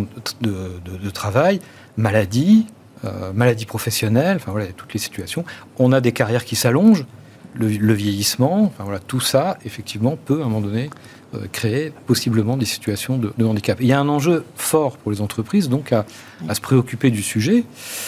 de travail, maladie, maladie professionnelle, toutes les situations. On a des carrières qui s'allongent, le vieillissement, tout ça, effectivement, peut à un moment donné créer possiblement des situations de handicap. Il y a un enjeu fort pour les entreprises, donc à se préoccuper du sujet.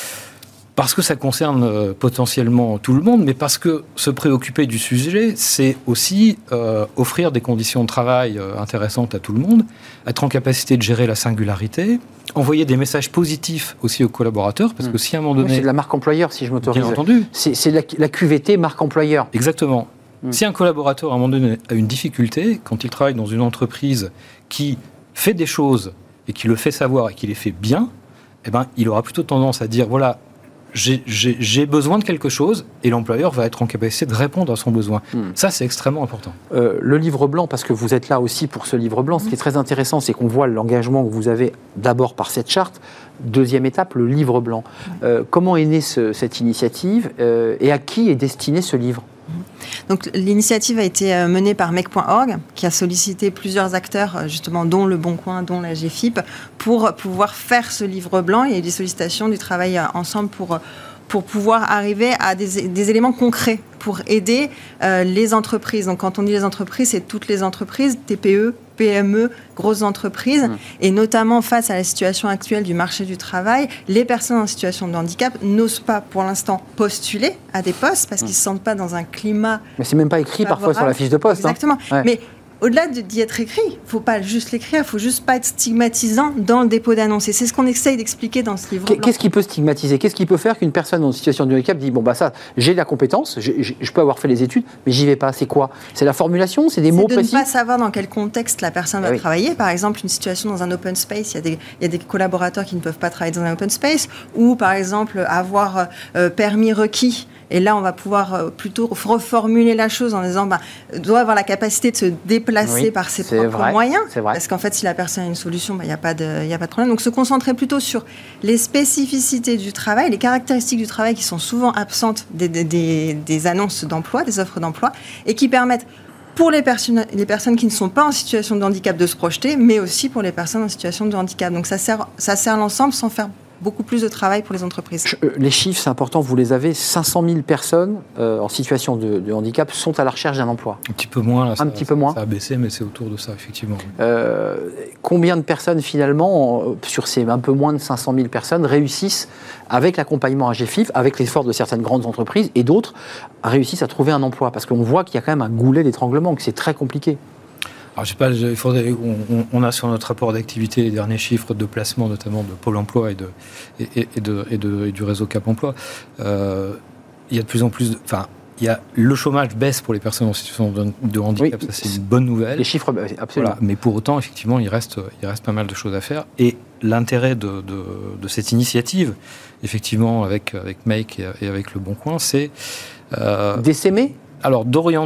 Parce que ça concerne potentiellement tout le monde, mais parce que se préoccuper du sujet, c'est aussi offrir des conditions de travail intéressantes à tout le monde, être en capacité de gérer la singularité, envoyer des messages positifs aussi aux collaborateurs, parce que si à un moment donné... c'est de la marque employeur, si je m'autorise. Bien entendu. C'est la QVT marque employeur. Exactement. Si un collaborateur, à un moment donné, a une difficulté, quand il travaille dans une entreprise qui fait des choses et qui le fait savoir et qui les fait bien, il aura plutôt tendance à dire, voilà, j'ai besoin de quelque chose et l'employeur va être en capacité de répondre à son besoin. Ça, c'est extrêmement important. Le livre blanc, parce que vous êtes là aussi pour ce livre blanc, ce qui est très intéressant, c'est qu'on voit l'engagement que vous avez d'abord par cette charte. Deuxième étape, le livre blanc. Comment est née cette initiative et à qui est destiné ce livre ? Donc, l'initiative a été menée par Make.org, qui a sollicité plusieurs acteurs, justement, dont Le Bon Coin, dont la GFIP, pour pouvoir faire ce livre blanc. Il y a eu des sollicitations, du travail ensemble pour pouvoir arriver à des éléments concrets pour aider les entreprises. Donc, quand on dit les entreprises, c'est toutes les entreprises, TPE, PME, grosses entreprises, et notamment face à la situation actuelle du marché du travail, les personnes en situation de handicap n'osent pas, pour l'instant, postuler à des postes parce qu'ils ne se sentent pas dans un climat... Mais c'est même pas écrit parfois sur la fiche de poste. Exactement. Mais au-delà d'y être écrit, il ne faut pas juste l'écrire, il ne faut juste pas être stigmatisant dans le dépôt d'annonce. Et c'est ce qu'on essaye d'expliquer dans ce livre. Qu'est-ce qui peut stigmatiser ? Qu'est-ce qui peut faire qu'une personne en situation de handicap dit, ça, j'ai la compétence, je peux avoir fait les études, mais j'y vais pas. C'est quoi ? C'est la formulation ? C'est des mots précis ? C'est de ne pas savoir dans quel contexte la personne va travailler. Par exemple, une situation dans un open space, il y a des collaborateurs qui ne peuvent pas travailler dans un open space, ou par exemple avoir permis requis. Et là, on va pouvoir plutôt reformuler la chose en disant doit avoir la capacité de se déplacer par ses propres moyens. Parce qu'en fait, si la personne a une solution, il n'y a pas de problème. Donc, se concentrer plutôt sur les spécificités du travail, les caractéristiques du travail qui sont souvent absentes des annonces d'emploi, des offres d'emploi, et qui permettent pour les personnes qui ne sont pas en situation de handicap de se projeter, mais aussi pour les personnes en situation de handicap. Donc, ça sert l'ensemble sans faire beaucoup plus de travail pour les entreprises. Les chiffres, c'est important, vous les avez, 500 000 personnes en situation de handicap sont à la recherche d'un emploi. Un petit peu moins, là, un petit peu moins. Ça a baissé, mais c'est autour de ça, effectivement. Combien de personnes, finalement, sur ces un peu moins de 500 000 personnes, réussissent, avec l'accompagnement AGFIF, avec l'effort de certaines grandes entreprises et d'autres, réussissent à trouver un emploi? Parce qu'on voit qu'il y a quand même un goulet d'étranglement, que c'est très compliqué. Alors, je sais pas, on a sur notre rapport d'activité les derniers chiffres de placement, notamment de Pôle emploi et du réseau Cap Emploi. Il y a de plus en plus le chômage baisse pour les personnes en situation de handicap, ça c'est une bonne nouvelle. Les chiffres, absolument. Voilà, mais pour autant, effectivement, il reste pas mal de choses à faire. Et l'intérêt de cette initiative, effectivement, avec Make et avec Le Bon Coin, c'est d'essaimer. Alors,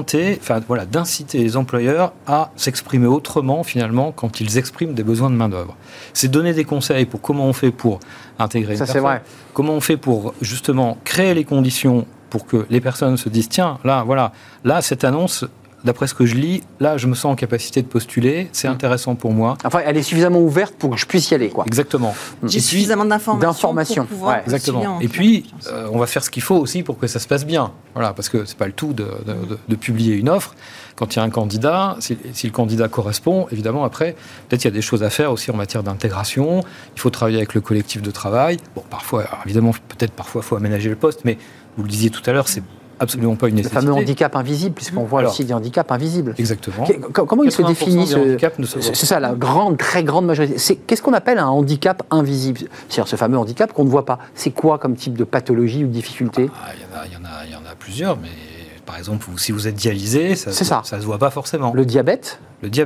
d'inciter les employeurs à s'exprimer autrement, finalement, quand ils expriment des besoins de main-d'œuvre. C'est donner des conseils pour comment on fait pour intégrer une personne. C'est vrai. Comment on fait pour, justement, créer les conditions pour que les personnes se disent, tiens, là, cette annonce, d'après ce que je lis, là, je me sens en capacité de postuler, c'est intéressant pour moi. Enfin, elle est suffisamment ouverte pour que je puisse y aller, quoi. Exactement. J'ai suffisamment d'informations pour pouvoir exactement. Et puis, on va faire ce qu'il faut aussi pour que ça se passe bien. Voilà, parce que c'est pas le tout de publier une offre. Quand il y a un candidat, si le candidat correspond, évidemment, après, peut-être il y a des choses à faire aussi en matière d'intégration. Il faut travailler avec le collectif de travail. Bon, parfois, évidemment, parfois, il faut aménager le poste, mais vous le disiez tout à l'heure, c'est absolument pas une nécessité. Le fameux handicap invisible, puisqu'on voit aussi des handicaps invisibles. Exactement. Comment il se définit c'est ça, la très grande majorité. Qu'est-ce qu'on appelle un handicap invisible? C'est-à-dire ce fameux handicap qu'on ne voit pas. C'est quoi comme type de pathologie ou de difficulté? Il y en a plusieurs, mais par exemple, si vous êtes dialysé, ça se voit pas forcément. Le diabète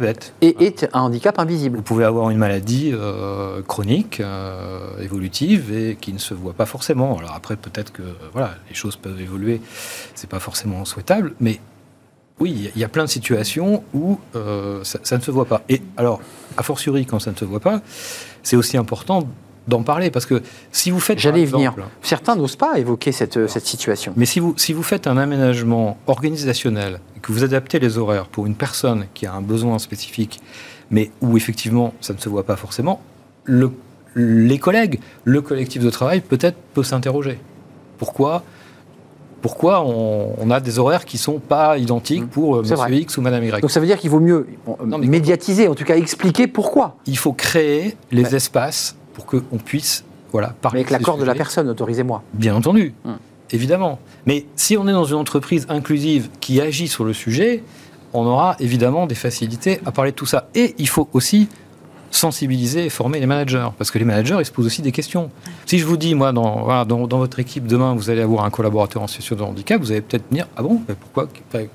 est un handicap invisible. Vous pouvez avoir une maladie chronique, évolutive, et qui ne se voit pas forcément. Alors après, peut-être que les choses peuvent évoluer, c'est pas forcément souhaitable, mais oui, il y a plein de situations où ça ne se voit pas. Et alors, a fortiori, quand ça ne se voit pas, c'est aussi important d'en parler, parce que si vous faites... J'allais y venir. Certains n'osent pas évoquer cette situation. Mais si vous faites un aménagement organisationnel, et que vous adaptez les horaires pour une personne qui a un besoin spécifique, mais où effectivement ça ne se voit pas forcément, les collègues, le collectif de travail peut-être peut s'interroger. Pourquoi on a des horaires qui ne sont pas identiques pour Monsieur X ou Madame Y? Donc ça veut dire qu'il vaut mieux médiatiser, en tout cas expliquer pourquoi. Il faut créer les espaces pour qu'on puisse parler. Avec l'accord de la personne, autorisez-moi. Bien entendu, évidemment. Mais si on est dans une entreprise inclusive qui agit sur le sujet, on aura évidemment des facilités à parler de tout ça. Et il faut aussi sensibiliser et former les managers. Parce que les managers, ils se posent aussi des questions. Si je vous dis, moi, dans votre équipe, demain, vous allez avoir un collaborateur en situation de handicap, vous allez peut-être me dire, ah bon, mais pourquoi?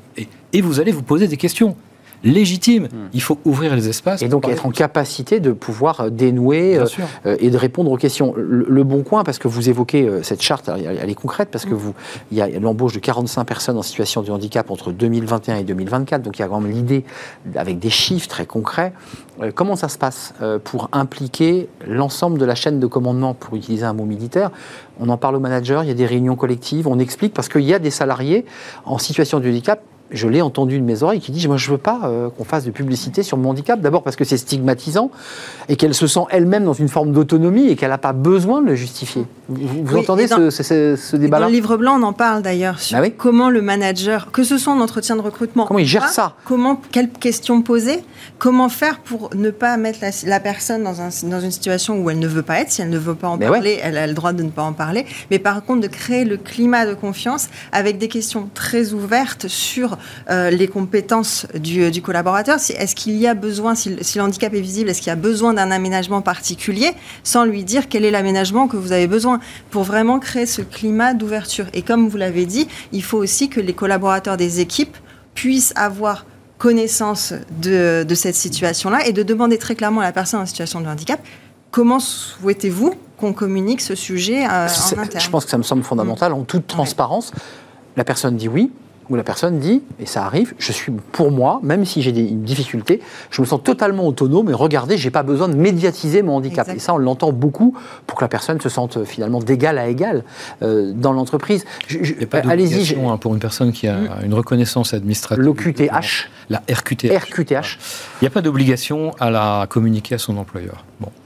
Et vous allez vous poser des questions légitime. Il faut ouvrir les espaces. Et donc être en capacité de pouvoir dénouer et de répondre aux questions. Le Bon Coin, parce que vous évoquez cette charte, elle est concrète, parce que il y a l'embauche de 45 personnes en situation de handicap entre 2021 et 2024, donc il y a quand même l'idée, avec des chiffres très concrets. Comment ça se passe pour impliquer l'ensemble de la chaîne de commandement, pour utiliser un mot militaire? On en parle aux managers, il y a des réunions collectives, on explique, parce qu'il y a des salariés en situation de handicap. Je l'ai entendu de mes oreilles qui dit « Moi, je ne veux pas qu'on fasse de publicité sur mon handicap. D'abord parce que c'est stigmatisant et qu'elle se sent elle-même dans une forme d'autonomie et qu'elle n'a pas besoin de le justifier. » Vous entendez ce débat-là? Dans le livre blanc, on en parle d'ailleurs sur comment le manager, que ce soit en entretien de recrutement, comment il gère ça, quelles questions poser, comment faire pour ne pas mettre la personne dans une situation où elle ne veut pas être. Si elle ne veut pas en parler, elle a le droit de ne pas en parler. Mais par contre, de créer le climat de confiance avec des questions très ouvertes sur les compétences du collaborateur. Est-ce qu'il y a besoin, si le handicap est visible, est-ce qu'il y a besoin d'un aménagement particulier, sans lui dire quel est l'aménagement que vous avez besoin, pour vraiment créer ce climat d'ouverture. Et comme vous l'avez dit, il faut aussi que les collaborateurs des équipes puissent avoir connaissance de cette situation-là et de demander très clairement à la personne en situation de handicap comment souhaitez-vous qu'on communique ce sujet en interne. Je pense que ça me semble fondamental, en toute transparence. La personne dit oui, où la personne dit, et ça arrive, je suis pour moi, même si j'ai une difficulté, je me sens totalement autonome et regardez, je n'ai pas besoin de médiatiser mon handicap. Exactement. Et ça, on l'entend beaucoup pour que la personne se sente finalement d'égal à égal dans l'entreprise. Il n'y a pas d'obligation pour une personne qui a une reconnaissance administrative. L'OQTH. La RQTH. RQTH. Il n'y a pas d'obligation à la communiquer à son employeur. Bon.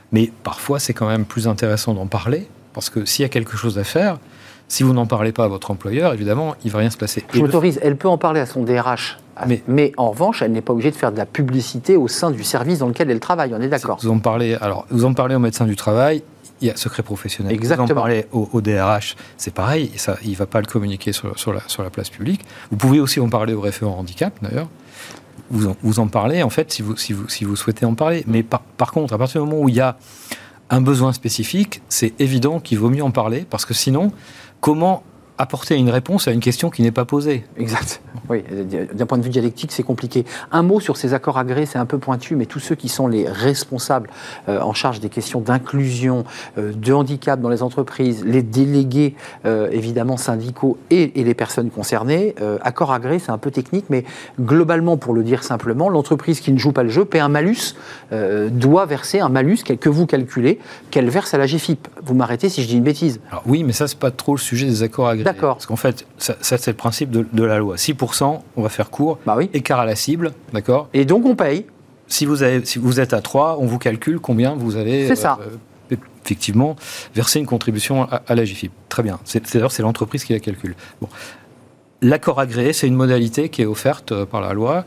Mais parfois, c'est quand même plus intéressant d'en parler, parce que s'il y a quelque chose à faire, si vous n'en parlez pas à votre employeur, évidemment, il ne va rien se passer. Je m'autorise, elle peut en parler à son DRH, mais en revanche, elle n'est pas obligée de faire de la publicité au sein du service dans lequel elle travaille, on est d'accord. Vous en parlez au médecin du travail, il y a secret professionnel. Exactement. Vous en parlez au DRH, c'est pareil, ça, il ne va pas le communiquer sur la place publique. Vous pouvez aussi en parler au référent handicap, d'ailleurs. Vous en parlez, en fait, si vous souhaitez en parler. Mais par contre, à partir du moment où il y a un besoin spécifique, c'est évident qu'il vaut mieux en parler, parce que sinon, comment apporter une réponse à une question qui n'est pas posée? Exact. Oui, d'un point de vue dialectique, c'est compliqué. Un mot sur ces accords agréés, c'est un peu pointu, mais tous ceux qui sont les responsables en charge des questions d'inclusion, de handicap dans les entreprises, les délégués, évidemment, syndicaux et les personnes concernées, accords agréés, c'est un peu technique, mais globalement, pour le dire simplement, l'entreprise qui ne joue pas le jeu paie un malus, doit verser un malus que vous calculez, qu'elle verse à la GFIP. Vous m'arrêtez si je dis une bêtise. Alors, oui, mais ça, c'est pas trop le sujet des accords agréés. D'accord. Parce qu'en fait, ça c'est le principe de la loi. 6%, on va faire court, oui. Écart à la cible, d'accord. Et donc on paye. Si vous êtes à 3, on vous calcule combien vous avez effectivement versé une contribution à la GFIP. Très bien. D'ailleurs, c'est l'entreprise qui la calcule. Bon. L'accord agréé, c'est une modalité qui est offerte par la loi.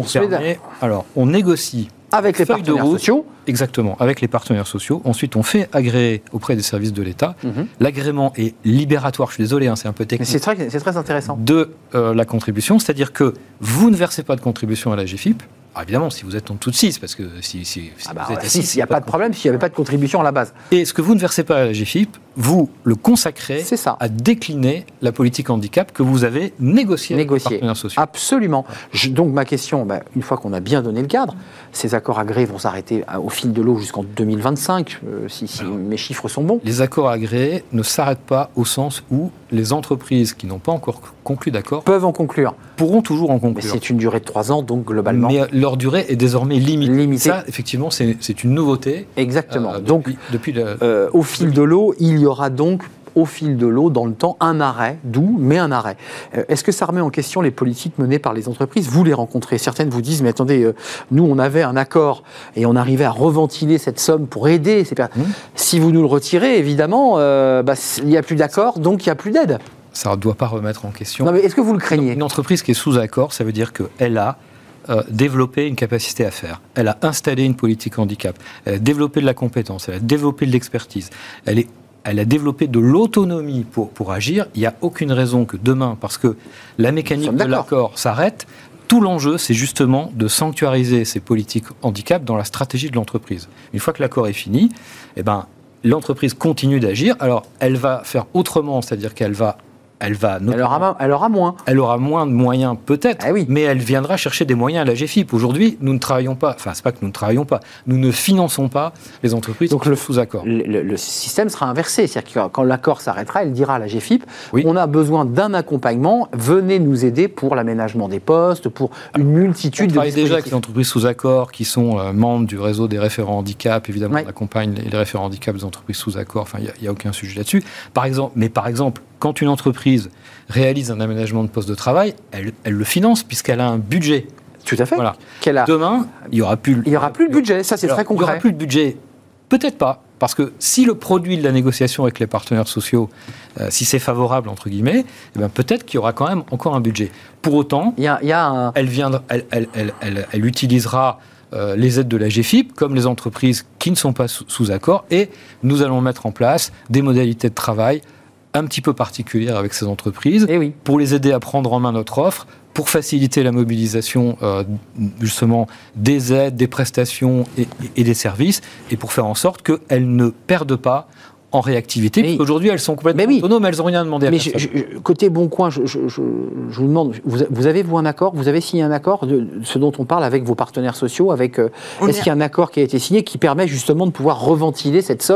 On négocie avec les partenaires sociaux. Exactement, avec les partenaires sociaux. Ensuite, on fait agréer auprès des services de l'État. L'agrément est libératoire, je suis désolé, c'est un peu technique. Mais c'est très intéressant. De la contribution, c'est-à-dire que vous ne versez pas de contribution à la GFIP. Alors évidemment, si vous êtes en dessous de 6, parce que si vous êtes à 6, il n'y a pas de problème s'il n'y avait pas de contribution à la base. Et ce que vous ne versez pas à la GFIP, vous le consacrez à décliner la politique handicap que vous avez négociée avec les partenaires sociaux. Absolument. Donc ma question, une fois qu'on a bien donné le cadre, ces accords agréés vont s'arrêter au fil de l'eau jusqu'en 2025, si mes chiffres sont bons. Les accords agréés ne s'arrêtent pas au sens où les entreprises qui n'ont pas encore conclu d'accord peuvent en conclure. Pourront toujours en conclure. Mais c'est une durée de 3 ans, donc globalement. Mais leur durée est désormais limitée. Ça, effectivement, c'est une nouveauté. Exactement. Depuis au fil de l'eau, il y aura donc au fil de l'eau, dans le temps, un arrêt, mais un arrêt. Est-ce que ça remet en question les politiques menées par les entreprises? Vous les rencontrez. Certaines vous disent, mais attendez, nous, on avait un accord et on arrivait à reventiler cette somme pour aider ces personnes. Si vous nous le retirez, évidemment, il n'y a plus d'accord, donc il n'y a plus d'aide. Ça ne doit pas remettre en question. Non, mais est-ce que vous le craignez? Une entreprise qui est sous accord, ça veut dire qu'elle a développé une capacité à faire. Elle a installé une politique handicap. Elle a développé de la compétence. Elle a développé de l'expertise. Elle a développé de l'autonomie pour agir. Il n'y a aucune raison que demain, parce que la mécanique de l'accord s'arrête, tout l'enjeu, c'est justement de sanctuariser ces politiques handicap dans la stratégie de l'entreprise. Une fois que l'accord est fini, l'entreprise continue d'agir. Alors, elle va faire autrement, c'est-à-dire qu'elle va elle aura moins. Elle aura moins de moyens, peut-être, mais elle viendra chercher des moyens à la GFIP. Aujourd'hui, nous ne travaillons pas, c'est pas que nous ne travaillons pas, nous ne finançons pas les entreprises qui sont sous accord. Le système sera inversé, c'est-à-dire que quand l'accord s'arrêtera, elle dira à la GFIP, on a besoin d'un accompagnement, venez nous aider pour l'aménagement des postes, pour une multitude de dispositifs. On travaille déjà avec les entreprises sous accord qui sont membres du réseau des référents handicap, évidemment, on accompagne les référents handicap des entreprises sous accord, il n'y a aucun sujet là-dessus. Par exemple, quand une entreprise réalise un aménagement de poste de travail, elle le finance puisqu'elle a un budget. Tout à fait. Voilà. Demain, il n'y aura plus le budget, ça c'est très concret. Il n'y aura plus de budget. Peut-être pas, parce que si le produit de la négociation avec les partenaires sociaux, si c'est favorable, entre guillemets, peut-être qu'il y aura quand même encore un budget. Pour autant, elle utilisera les aides de la GFIP, comme les entreprises qui ne sont pas sous accord, et nous allons mettre en place des modalités de travail un petit peu particulière avec ces entreprises, pour les aider à prendre en main notre offre, pour faciliter la mobilisation justement des aides, des prestations et des services, et pour faire en sorte qu'elles ne perdent pas en réactivité. Aujourd'hui, elles sont complètement autonomes, elles n'ont rien demandé à personne. Côté Boncoin, je vous demande, vous avez un accord, vous avez signé un accord de ce dont on parle avec vos partenaires sociaux, est-ce qu'il y a un accord qui a été signé qui permet justement de pouvoir reventiler cette somme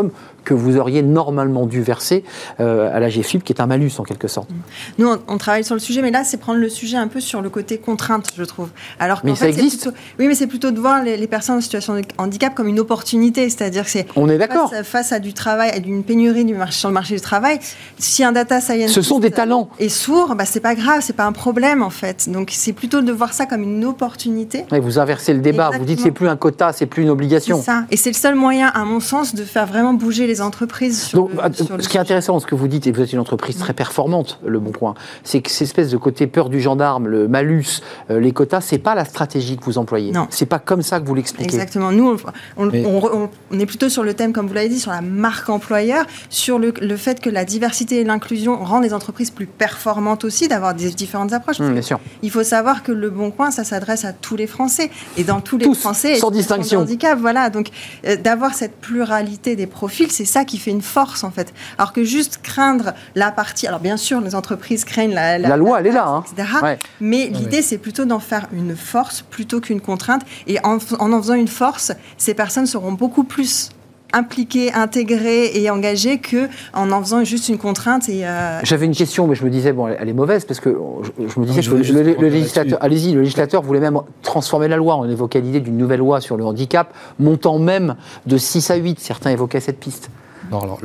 que vous auriez normalement dû verser à la GFIP, qui est un malus en quelque sorte. Nous, on travaille sur le sujet, mais là, c'est prendre le sujet un peu sur le côté contrainte, je trouve. Alors mais ça existe. Oui, mais c'est plutôt de voir les personnes en situation de handicap comme une opportunité, c'est-à-dire que c'est... On est d'accord. Face à du travail, à d'une pénurie sur le marché du travail, si un data scientist... Ce sont des talents. ...est sourd, c'est pas grave, c'est pas un problème, en fait. Donc, c'est plutôt de voir ça comme une opportunité. Et vous inversez le débat. Exactement. Vous dites que c'est plus un quota, c'est plus une obligation. C'est ça. Et c'est le seul moyen, à mon sens, de faire vraiment bouger les entreprises. Donc, ce qui est intéressant dans ce que vous dites, et vous êtes une entreprise très performante, Le Bon Coin, c'est que cette espèce de côté peur du gendarme, le malus, les quotas, c'est pas la stratégie que vous employez. Non. C'est pas comme ça que vous l'expliquez. Exactement. Nous, on est plutôt sur le thème, comme vous l'avez dit, sur la marque employeur, sur le fait que la diversité et l'inclusion rendent les entreprises plus performantes aussi, d'avoir des différentes approches. Bien sûr. Il faut savoir que Le Bon Coin, ça s'adresse à tous les Français. Et dans tous les Français, sans distinction. Handicap, voilà. Donc, d'avoir cette pluralité des profils, c'est ça qui fait une force, en fait. Alors que juste craindre la partie... Alors, bien sûr, les entreprises craignent la loi, elle est là. Etc. Ouais. Mais l'idée, c'est plutôt d'en faire une force plutôt qu'une contrainte. Et en faisant une force, ces personnes seront beaucoup plus impliquées, intégrées et engagées qu'en faisant juste une contrainte. J'avais une question, mais je me disais, bon, elle est mauvaise, parce que je me disais que le législateur, allez-y, le législateur voulait même transformer la loi. On évoquait l'idée d'une nouvelle loi sur le handicap, montant même de 6 à 8. Certains évoquaient cette piste. Non, alors,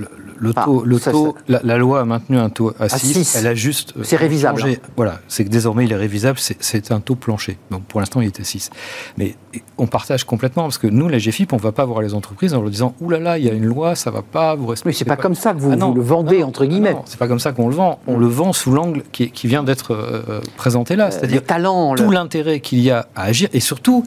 la loi a maintenu un taux à 6. Elle a juste. C'est révisable. Changé. Voilà, c'est que désormais il est révisable, c'est un taux plancher. Donc pour l'instant il était 6. Mais on partage complètement, parce que nous, la GFIP, on ne va pas voir les entreprises en leur disant « Ouh là là, il y a une loi, ça ne va pas vous respecter. » Oui, c'est pas comme ça que vous le vendez, entre guillemets. Non, c'est pas comme ça qu'on le vend. On le vend sous l'angle qui vient d'être présenté là. C'est-à-dire tout l'intérêt qu'il y a à agir, et surtout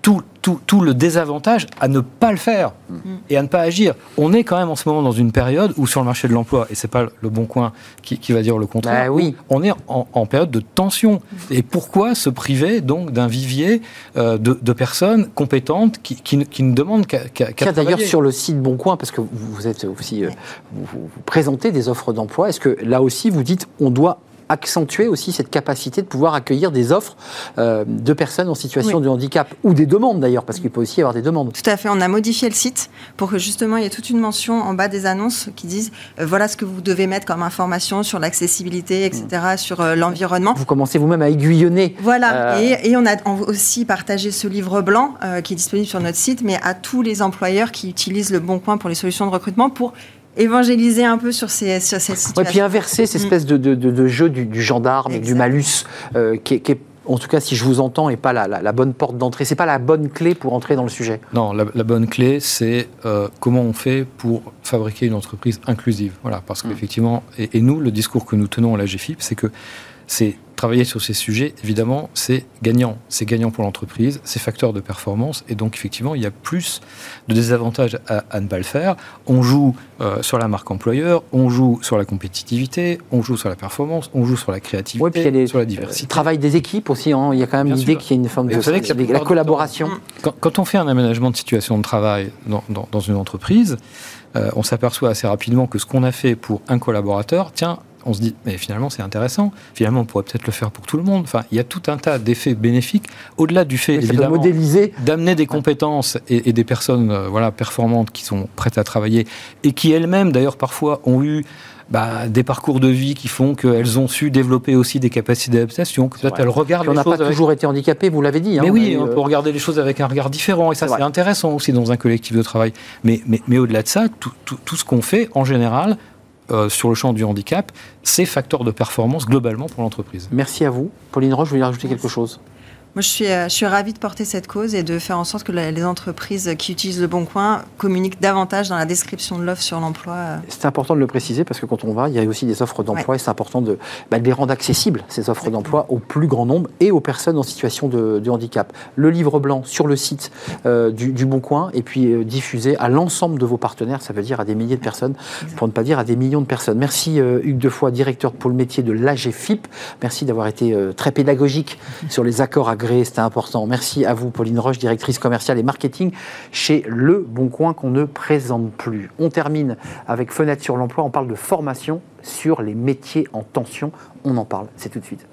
tout le désavantage à ne pas le faire et à ne pas agir. On est quand même en ce moment dans une période où sur le marché de l'emploi, et c'est pas Le Bon Coin qui va dire le contraire, on est en période de tension. Et pourquoi se priver donc d'un vivier de personnes compétentes qui ne demandent qu'à travailler. D'ailleurs, sur le site Bon Coin, parce que vous êtes aussi vous présentez des offres d'emploi, est-ce que là aussi vous dites on doit accentuer aussi cette capacité de pouvoir accueillir des offres de personnes en situation de handicap, ou des demandes d'ailleurs, parce qu'il peut aussi y avoir des demandes. Tout à fait, on a modifié le site pour que justement il y ait toute une mention en bas des annonces qui disent voilà ce que vous devez mettre comme information sur l'accessibilité, etc., sur l'environnement. Vous commencez vous-même à aiguillonner. Voilà, et on a aussi partagé ce livre blanc qui est disponible sur notre site, mais à tous les employeurs qui utilisent Le Bon Coin pour les solutions de recrutement, pour évangéliser un peu sur cette situation. Et puis inverser cette espèce de jeu du gendarme et du malus, qui est, en tout cas, si je vous entends, n'est pas la bonne porte d'entrée. C'est pas la bonne clé pour entrer dans le sujet. Non, la bonne clé, c'est comment on fait pour fabriquer une entreprise inclusive. Voilà, parce qu'effectivement, et nous, le discours que nous tenons à la GFIP, c'est que c'est travailler sur ces sujets, évidemment, c'est gagnant. C'est gagnant pour l'entreprise, c'est facteur de performance, et donc effectivement, il y a plus de désavantages à ne pas le faire. On joue sur la marque employeur, on joue sur la compétitivité, on joue sur la performance, on joue sur la créativité, puis sur la diversité. Travail des équipes aussi, hein. Il y a quand même l'idée qu'il y a une forme de la collaboration. Quand on fait un aménagement de situation de travail dans une entreprise, on s'aperçoit assez rapidement que ce qu'on a fait pour un collaborateur, on se dit, mais finalement, c'est intéressant. Finalement, on pourrait peut-être le faire pour tout le monde. Enfin, il y a tout un tas d'effets bénéfiques, au-delà du fait, évidemment, d'amener des compétences et des personnes performantes qui sont prêtes à travailler et qui elles-mêmes, d'ailleurs, parfois, ont eu des parcours de vie qui font qu'elles ont su développer aussi des capacités d'adaptation. Peut-être elles regardent les choses. On n'a pas toujours été handicapé, vous l'avez dit. Mais oui, on peut regarder les choses avec un regard différent. Et ça, c'est intéressant aussi dans un collectif de travail. Mais au-delà de ça, tout ce qu'on fait, en général, sur le champ du handicap, c'est facteur de performance globalement pour l'entreprise. Merci à vous. Pauline Roche, vous voulez rajouter quelque chose ? Moi, je suis ravie de porter cette cause et de faire en sorte que les entreprises qui utilisent Le Bon Coin communiquent davantage dans la description de l'offre sur l'emploi. C'est important de le préciser parce que quand on va, il y a aussi des offres d'emploi et c'est important de les rendre accessibles, ces offres d'emploi, au plus grand nombre et aux personnes en situation de handicap. Le livre blanc sur le site du Bon Coin et puis diffusé à l'ensemble de vos partenaires, ça veut dire à des milliers de personnes, pour ne pas dire à des millions de personnes. Merci Hugues Defoy, directeur de pôle métier de l'AGFIP. Merci d'avoir été très pédagogique sur les accords agréés. C'était important. Merci à vous, Pauline Roche, directrice commerciale et marketing chez Le Bon Coin, qu'on ne présente plus. On termine avec Fenêtre sur l'emploi. On parle de formation sur les métiers en tension. On en parle. C'est tout de suite.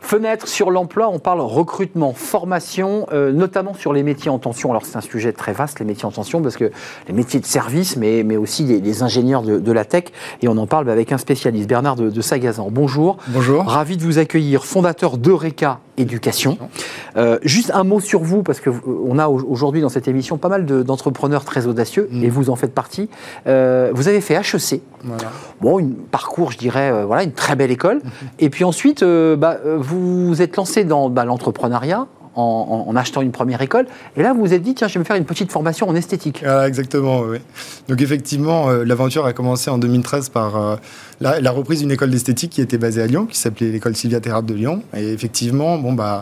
Fenêtre sur l'emploi, on parle recrutement, formation, notamment sur les métiers en tension. Alors c'est un sujet très vaste, les métiers en tension, parce que les métiers de service, mais aussi des ingénieurs de la tech, et on en parle avec un spécialiste, Bernard de Sagazan. Bonjour. Bonjour. Ravi de vous accueillir, fondateur d'Eureka Éducation. Juste un mot sur vous, parce qu'on a aujourd'hui dans cette émission pas mal d'entrepreneurs très audacieux, et vous en faites partie. Vous avez fait HEC. Voilà. Bon, un parcours, je dirais, voilà, une très belle école. Et puis ensuite, vous vous êtes lancé dans l'entrepreneuriat en achetant une première école. Et là, vous vous êtes dit, tiens, je vais me faire une petite formation en esthétique. Exactement, oui. Donc effectivement, l'aventure a commencé en 2013 par la reprise d'une école d'esthétique qui était basée à Lyon, qui s'appelait l'école Sylvia Terrade de Lyon. Et effectivement,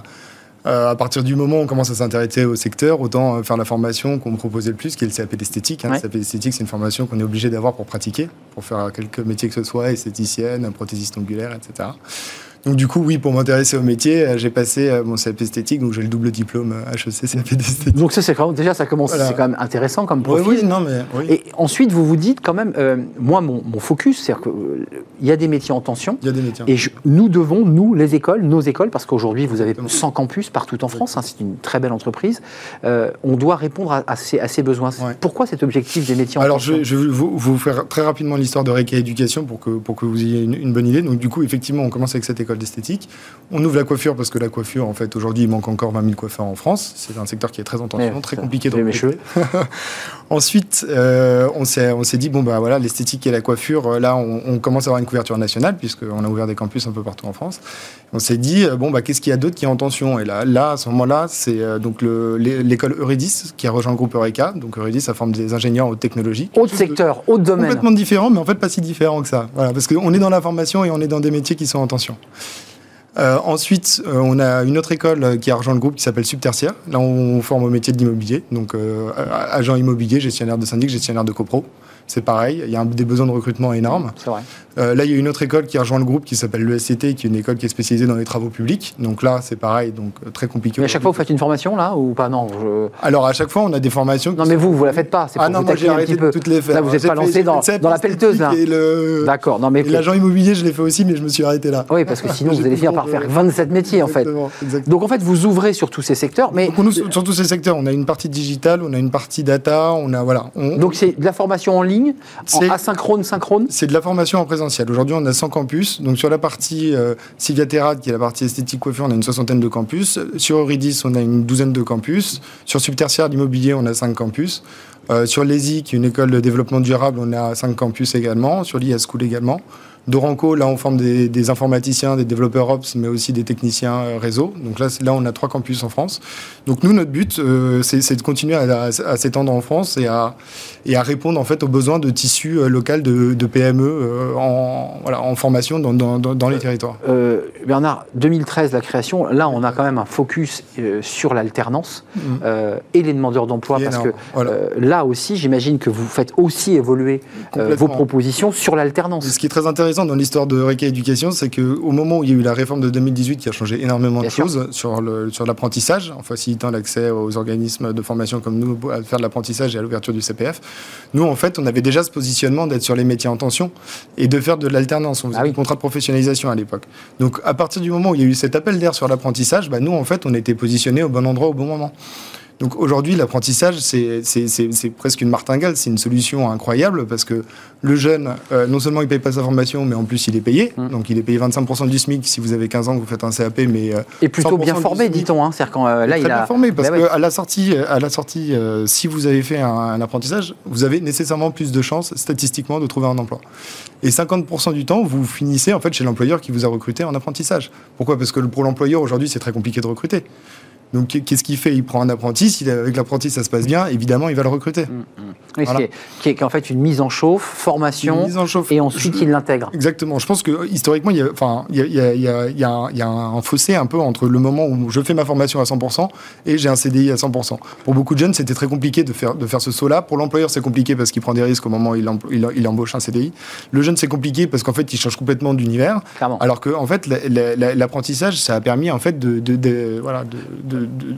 à partir du moment où on commence à s'intéresser au secteur, autant faire la formation qu'on me proposait le plus, qui est le CAP d'esthétique. Le CAP d'esthétique, c'est une formation qu'on est obligé d'avoir pour pratiquer, pour faire quelques métiers que ce soit, esthéticienne, prothésiste ongulaire, etc. Donc du coup, oui, pour m'intéresser au métier, j'ai passé mon CAP esthétique, donc j'ai le double diplôme HEC CAP d'esthétique. Donc ça, c'est quand même intéressant comme profil. Oui. Et ensuite, vous vous dites quand même, moi, mon focus, c'est-à-dire qu'il y a des métiers en tension. Il y a des métiers. Et nous devons, les écoles, nos écoles, parce qu'aujourd'hui, vous avez 100 campus partout en France, c'est une très belle entreprise, on doit répondre à ces besoins. Ouais. Pourquoi cet objectif des métiers en tension ? Alors, je vais vous faire très rapidement l'histoire de Eureka Éducation pour que vous ayez une bonne idée. Donc du coup, effectivement, on commence avec cette école d'esthétique. On ouvre la coiffure parce que la coiffure, en fait, aujourd'hui, il manque encore 20 000 coiffeurs en France. C'est un secteur qui est très en tension, très compliqué de recruter. Ensuite, on s'est dit, l'esthétique et la coiffure, là, on commence à avoir une couverture nationale puisqu'on a ouvert des campus un peu partout en France. On s'est dit, qu'est-ce qu'il y a d'autre qui est en tension ? Et là, à ce moment-là, c'est donc l'école Eurydice qui a rejoint le groupe Eureka. Donc Eurydice, ça forme des ingénieurs en haute technologie. Autre secteur, autre domaine. Complètement différent, mais en fait pas si différent que ça. Voilà, parce qu'on est dans la formation et on est dans des métiers qui sont en tension. Ensuite, on a une autre école qui a rejoint le groupe qui s'appelle Subtertiaire. Là, on forme au métier de l'immobilier, donc agent immobilier, gestionnaire de syndic, gestionnaire de copro. C'est pareil, il y a des besoins de recrutement énormes. C'est vrai. Là, il y a une autre école qui a rejoint le groupe qui s'appelle l'ESCT, qui est une école qui est spécialisée dans les travaux publics. Donc là, c'est pareil, donc très compliqué. Mais à chaque fois, vous faites une formation, là, ou pas ? Non. Alors, à chaque fois, on a des formations... Non, mais vous la faites pas. C'est pour moi, j'ai arrêté de toutes les faire. Là, vous n'êtes pas lancé dans la pelleteuse, là. D'accord. Non, mais l'agent immobilier, je l'ai fait aussi, mais je me suis arrêté là. Oui, parce que sinon, vous allez finir par faire 27 métiers, en fait. Exactement. Donc, en fait, vous ouvrez sur tous ces secteurs. Mais... Donc, sur tous ces secteurs, on a une partie digitale, on a une partie data, on a... Voilà. Donc, c'est de la formation en ligne, asynchrone, synchrone ? C'est de la formation en présentiel. Aujourd'hui, on a 100 campus. Donc, sur la partie Sylvia Terrade, qui est la partie esthétique coiffure, on a une 60aine de campus. Sur Eurydice, on a une 12aine de campus. Sur Subtertiaire d'immobilier, on a 5 campus. Sur l'ESI, qui est une école de développement durable, on a 5 campus également. Sur l'IA School également. Doranco, là, on forme des informaticiens, des développeurs Ops, mais aussi des techniciens réseau. Donc là, on a 3 campus en France. Donc nous, notre but, c'est de continuer à s'étendre en France et à répondre en fait aux besoins de tissu local de PME en formation dans les territoires. Bernard, 2013, la création, là, on a quand même un focus sur l'alternance et les demandeurs d'emploi, parce que là aussi, j'imagine que vous faites aussi évoluer vos propositions sur l'alternance. Et ce qui est très intéressant dans l'histoire de Eureka Éducation, c'est qu'au moment où il y a eu la réforme de 2018 qui a changé énormément de choses sur l'apprentissage, en facilitant l'accès aux organismes de formation comme nous à faire de l'apprentissage et à l'ouverture du CPF, nous, en fait, on avait déjà ce positionnement d'être sur les métiers en tension et de faire de l'alternance. On faisait des contrats de professionnalisation à l'époque. Donc, à partir du moment où il y a eu cet appel d'air sur l'apprentissage, nous, en fait, on était positionnés au bon endroit, au bon moment. Donc aujourd'hui, l'apprentissage, c'est presque une martingale, c'est une solution incroyable parce que le jeune, non seulement il ne paye pas sa formation, mais en plus il est payé. Donc il est payé 25% du SMIC si vous avez 15 ans que vous faites un CAP, mais... et plutôt bien formé, dit-on. Hein. C'est-à-dire quand là, il a... bien formé, parce qu'à la sortie, si vous avez fait un apprentissage, vous avez nécessairement plus de chances, statistiquement, de trouver un emploi. Et 50% du temps, vous finissez en fait chez l'employeur qui vous a recruté en apprentissage. Pourquoi ? Parce que pour l'employeur, aujourd'hui, c'est très compliqué de recruter. Donc, qu'est-ce qu'il fait ? Il prend un apprenti. Si avec l'apprenti, ça se passe bien, évidemment, il va le recruter. Oui, voilà. qui est en fait une mise en chauffe, formation, et ensuite il l'intègre. Exactement. Je pense que historiquement, il y a un fossé un peu entre le moment où je fais ma formation à 100% et j'ai un CDI à 100%. Pour beaucoup de jeunes, c'était très compliqué de faire ce saut-là. Pour l'employeur, c'est compliqué parce qu'il prend des risques au moment où il embauche un CDI. Le jeune, c'est compliqué parce qu'en fait, il change complètement d'univers. Clairement. Alors que, en fait, l'apprentissage, ça a permis en fait de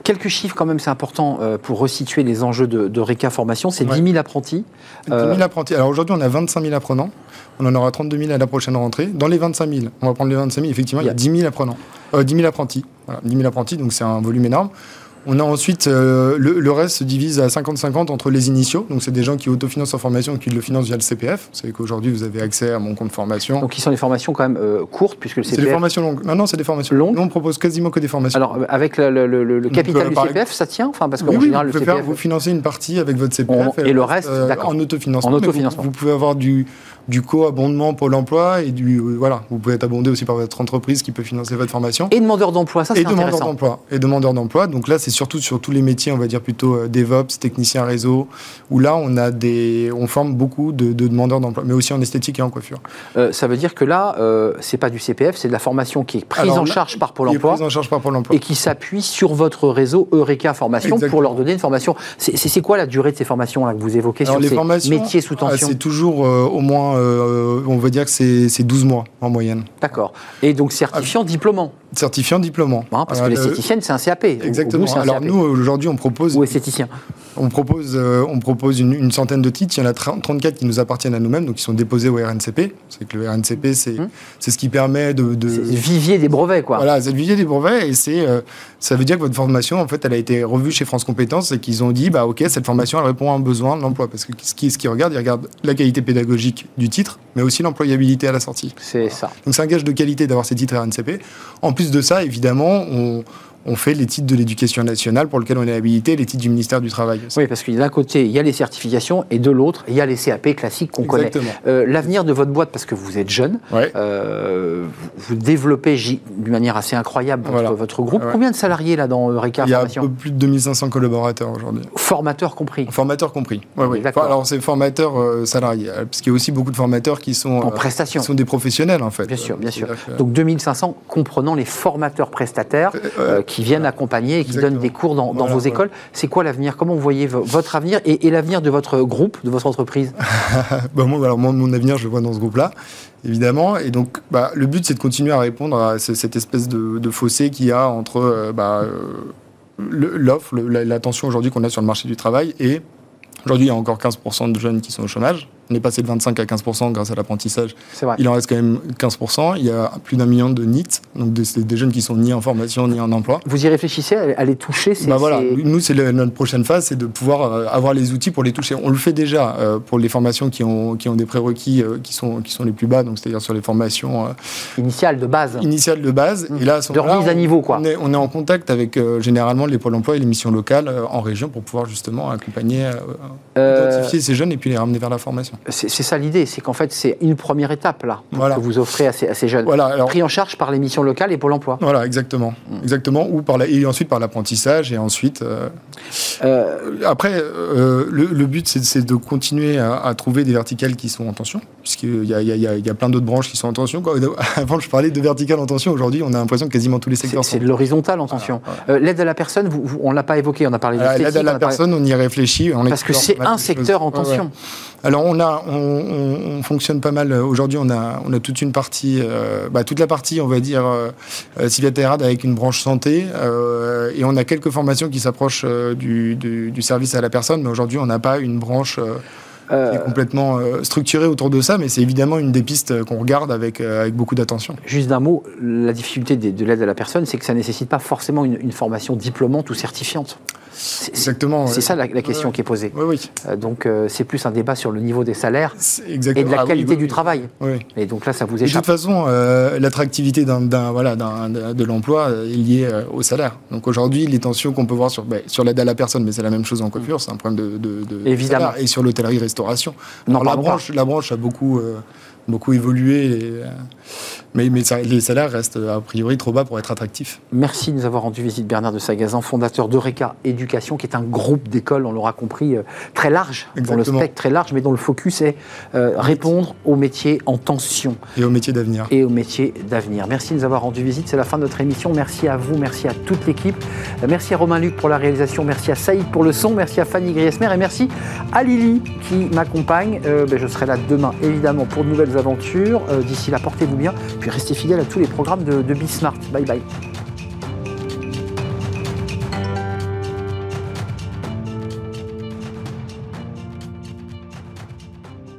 Quelques chiffres quand même, c'est important pour resituer les enjeux de Reka Formation. C'est 10 000 apprentis. 10 000 apprentis. Alors aujourd'hui, on a 25 000 apprenants. On en aura 32 000 à la prochaine rentrée. Dans les 25 000, on va prendre les 25 000, effectivement, il y a 10 000 apprenants. 10 000 apprentis. Voilà, 10 000 apprentis, donc c'est un volume énorme. On a ensuite, le reste se divise à 50-50 entre les initiaux. Donc, c'est des gens qui autofinancent en formation et qui le financent via le CPF. Vous savez qu'aujourd'hui, vous avez accès à mon compte formation. Donc, qui sont des formations quand même courtes, puisque le CPF... C'est des formations longues. Non, c'est des formations longues. Nous, on propose quasiment que des formations. Alors, avec le capital du CPF, ça tient parce qu'en général, le CPF... Vous financez une partie avec votre CPF. Et le reste, d'accord. En autofinancement. Vous pouvez avoir du co-abondement Pôle emploi et vous pouvez être abondé aussi par votre entreprise qui peut financer votre formation. Et demandeurs d'emploi, ça c'est intéressant. Et demandeurs d'emploi. Donc là, c'est surtout sur tous les métiers, on va dire plutôt DevOps, technicien réseau, où là, on forme beaucoup de demandeurs d'emploi, mais aussi en esthétique et en coiffure. Ça veut dire que là, c'est pas du CPF, c'est de la formation qui est prise en charge par Pôle emploi. Et qui s'appuie sur votre réseau Eureka Formation. Exactement. Pour leur donner une formation. C'est quoi la durée de ces formations là que vous évoquez sur ces métiers sous tension? C'est toujours au moins, on va dire que c'est 12 mois en moyenne. D'accord. Et donc certifiant diplômant. Certifiant diplômant. Parce que l'esthéticienne, c'est un CAP. Exactement. Alors nous, aujourd'hui, on propose... Ou esthéticien. On propose une centaine de titres. Il y en a 34 qui nous appartiennent à nous-mêmes, donc qui sont déposés au RNCP. C'est que le RNCP, c'est ce qui permet de... C'est le vivier des brevets, quoi. Voilà, c'est le vivier des brevets, et ça veut dire que votre formation, en fait, elle a été revue chez France Compétences et qu'ils ont dit, OK, cette formation, elle répond à un besoin de l'emploi. Parce que ce qu'ils regardent, ils regardent la qualité pédagogique du titre, mais aussi l'employabilité à la sortie. C'est ça. Donc c'est un gage de qualité d'avoir ces titres RNCP. En plus de ça, évidemment, on fait les titres de l'éducation nationale pour lesquels on est habilité, les titres du ministère du Travail aussi. Oui, parce que d'un côté, il y a les certifications et de l'autre, il y a les CAP classiques qu'on connaît. L'avenir de votre boîte, parce que vous êtes jeune, vous développez d'une manière assez incroyable votre groupe. Combien de salariés là dans Eureka Formation? Il y a un peu plus de 2500 collaborateurs aujourd'hui. Formateurs compris? Formateurs compris, oui. Alors c'est formateurs salariés, parce qu'il y a aussi beaucoup de formateurs qui sont... en prestation. Qui sont des professionnels en fait. Bien sûr. Donc 2500 comprenant les formateurs prestataires qui viennent accompagner et qui donnent des cours dans vos écoles. C'est quoi l'avenir? Comment vous voyez votre avenir et l'avenir de votre groupe, de votre entreprise? Moi, mon avenir, je le vois dans ce groupe-là, évidemment. Et donc, le but, c'est de continuer à répondre à cette espèce de fossé qu'il y a entre l'offre, la tension aujourd'hui qu'on a sur le marché du travail. Et aujourd'hui, il y a encore 15% de jeunes qui sont au chômage. On est passé de 25 à 15% grâce à l'apprentissage. C'est vrai. Il en reste quand même 15%. Il y a plus d'1 million de NEET, donc des jeunes qui sont ni en formation ni en emploi. Vous y réfléchissez à les toucher? Nous, c'est notre prochaine phase, c'est de pouvoir avoir les outils pour les toucher. On le fait déjà pour les formations qui ont des prérequis qui sont les plus bas, donc c'est-à-dire sur les formations initiales de base. Et là, de remise à niveau, quoi. On est en contact avec généralement les pôles emploi et les missions locales en région pour pouvoir justement accompagner, identifier ces jeunes et puis les ramener vers la formation. C'est ça l'idée, c'est qu'en fait c'est une première étape là que vous offrez à ces jeunes, pris en charge par les missions locales et Pôle emploi. Voilà, exactement, ou et ensuite par l'apprentissage et ensuite. Après, le but c'est de continuer à trouver des verticales qui sont en tension, puisqu'il y a plein d'autres branches qui sont en tension. Avant, je parlais de verticales en tension. Aujourd'hui, on a l'impression que quasiment tous les secteurs. C'est de l'horizontal en tension. L'aide à la personne, on l'a pas évoqué. On a parlé de l'aide à la personne, on y réfléchit. Parce que c'est un secteur en tension. Alors on fonctionne pas mal. Aujourd'hui, on a toute une partie, toute la partie, on va dire, Civiata avec une branche santé, et on a quelques formations qui s'approchent du service à la personne, mais aujourd'hui, on n'a pas une branche qui est complètement structurée autour de ça, mais c'est évidemment une des pistes qu'on regarde avec beaucoup d'attention. Juste d'un mot, la difficulté de l'aide à la personne, c'est que ça ne nécessite pas forcément une formation diplômante ou certifiante. Exactement. C'est ça la question qui est posée. Oui. Donc c'est plus un débat sur le niveau des salaires et de la qualité du travail. Oui. Et donc là, ça vous échappe. De toute façon, l'attractivité de l'emploi est liée au salaire. Donc aujourd'hui, les tensions qu'on peut voir sur l'aide à la personne, mais c'est la même chose en coiffure, c'est un problème de salaire. Et sur l'hôtellerie-restauration. La branche a beaucoup évolué, mais les salaires restent a priori trop bas pour être attractifs. Merci de nous avoir rendu visite, Bernard de Sagazan, fondateur d'Eureka Éducation, qui est un groupe d'écoles, on l'aura compris, très large, dont le spectre très large, mais dont le focus est répondre aux métiers en tension. Et aux métiers d'avenir. Merci de nous avoir rendu visite, c'est la fin de notre émission. Merci à vous, merci à toute l'équipe. Merci à Romain Luc pour la réalisation, merci à Saïd pour le son, merci à Fanny Griesmer et merci à Lily qui m'accompagne. Je serai là demain, évidemment, pour de nouvelles aventures. D'ici là, portez-vous bien, puis restez fidèles à tous les programmes de Bismart. Bye bye.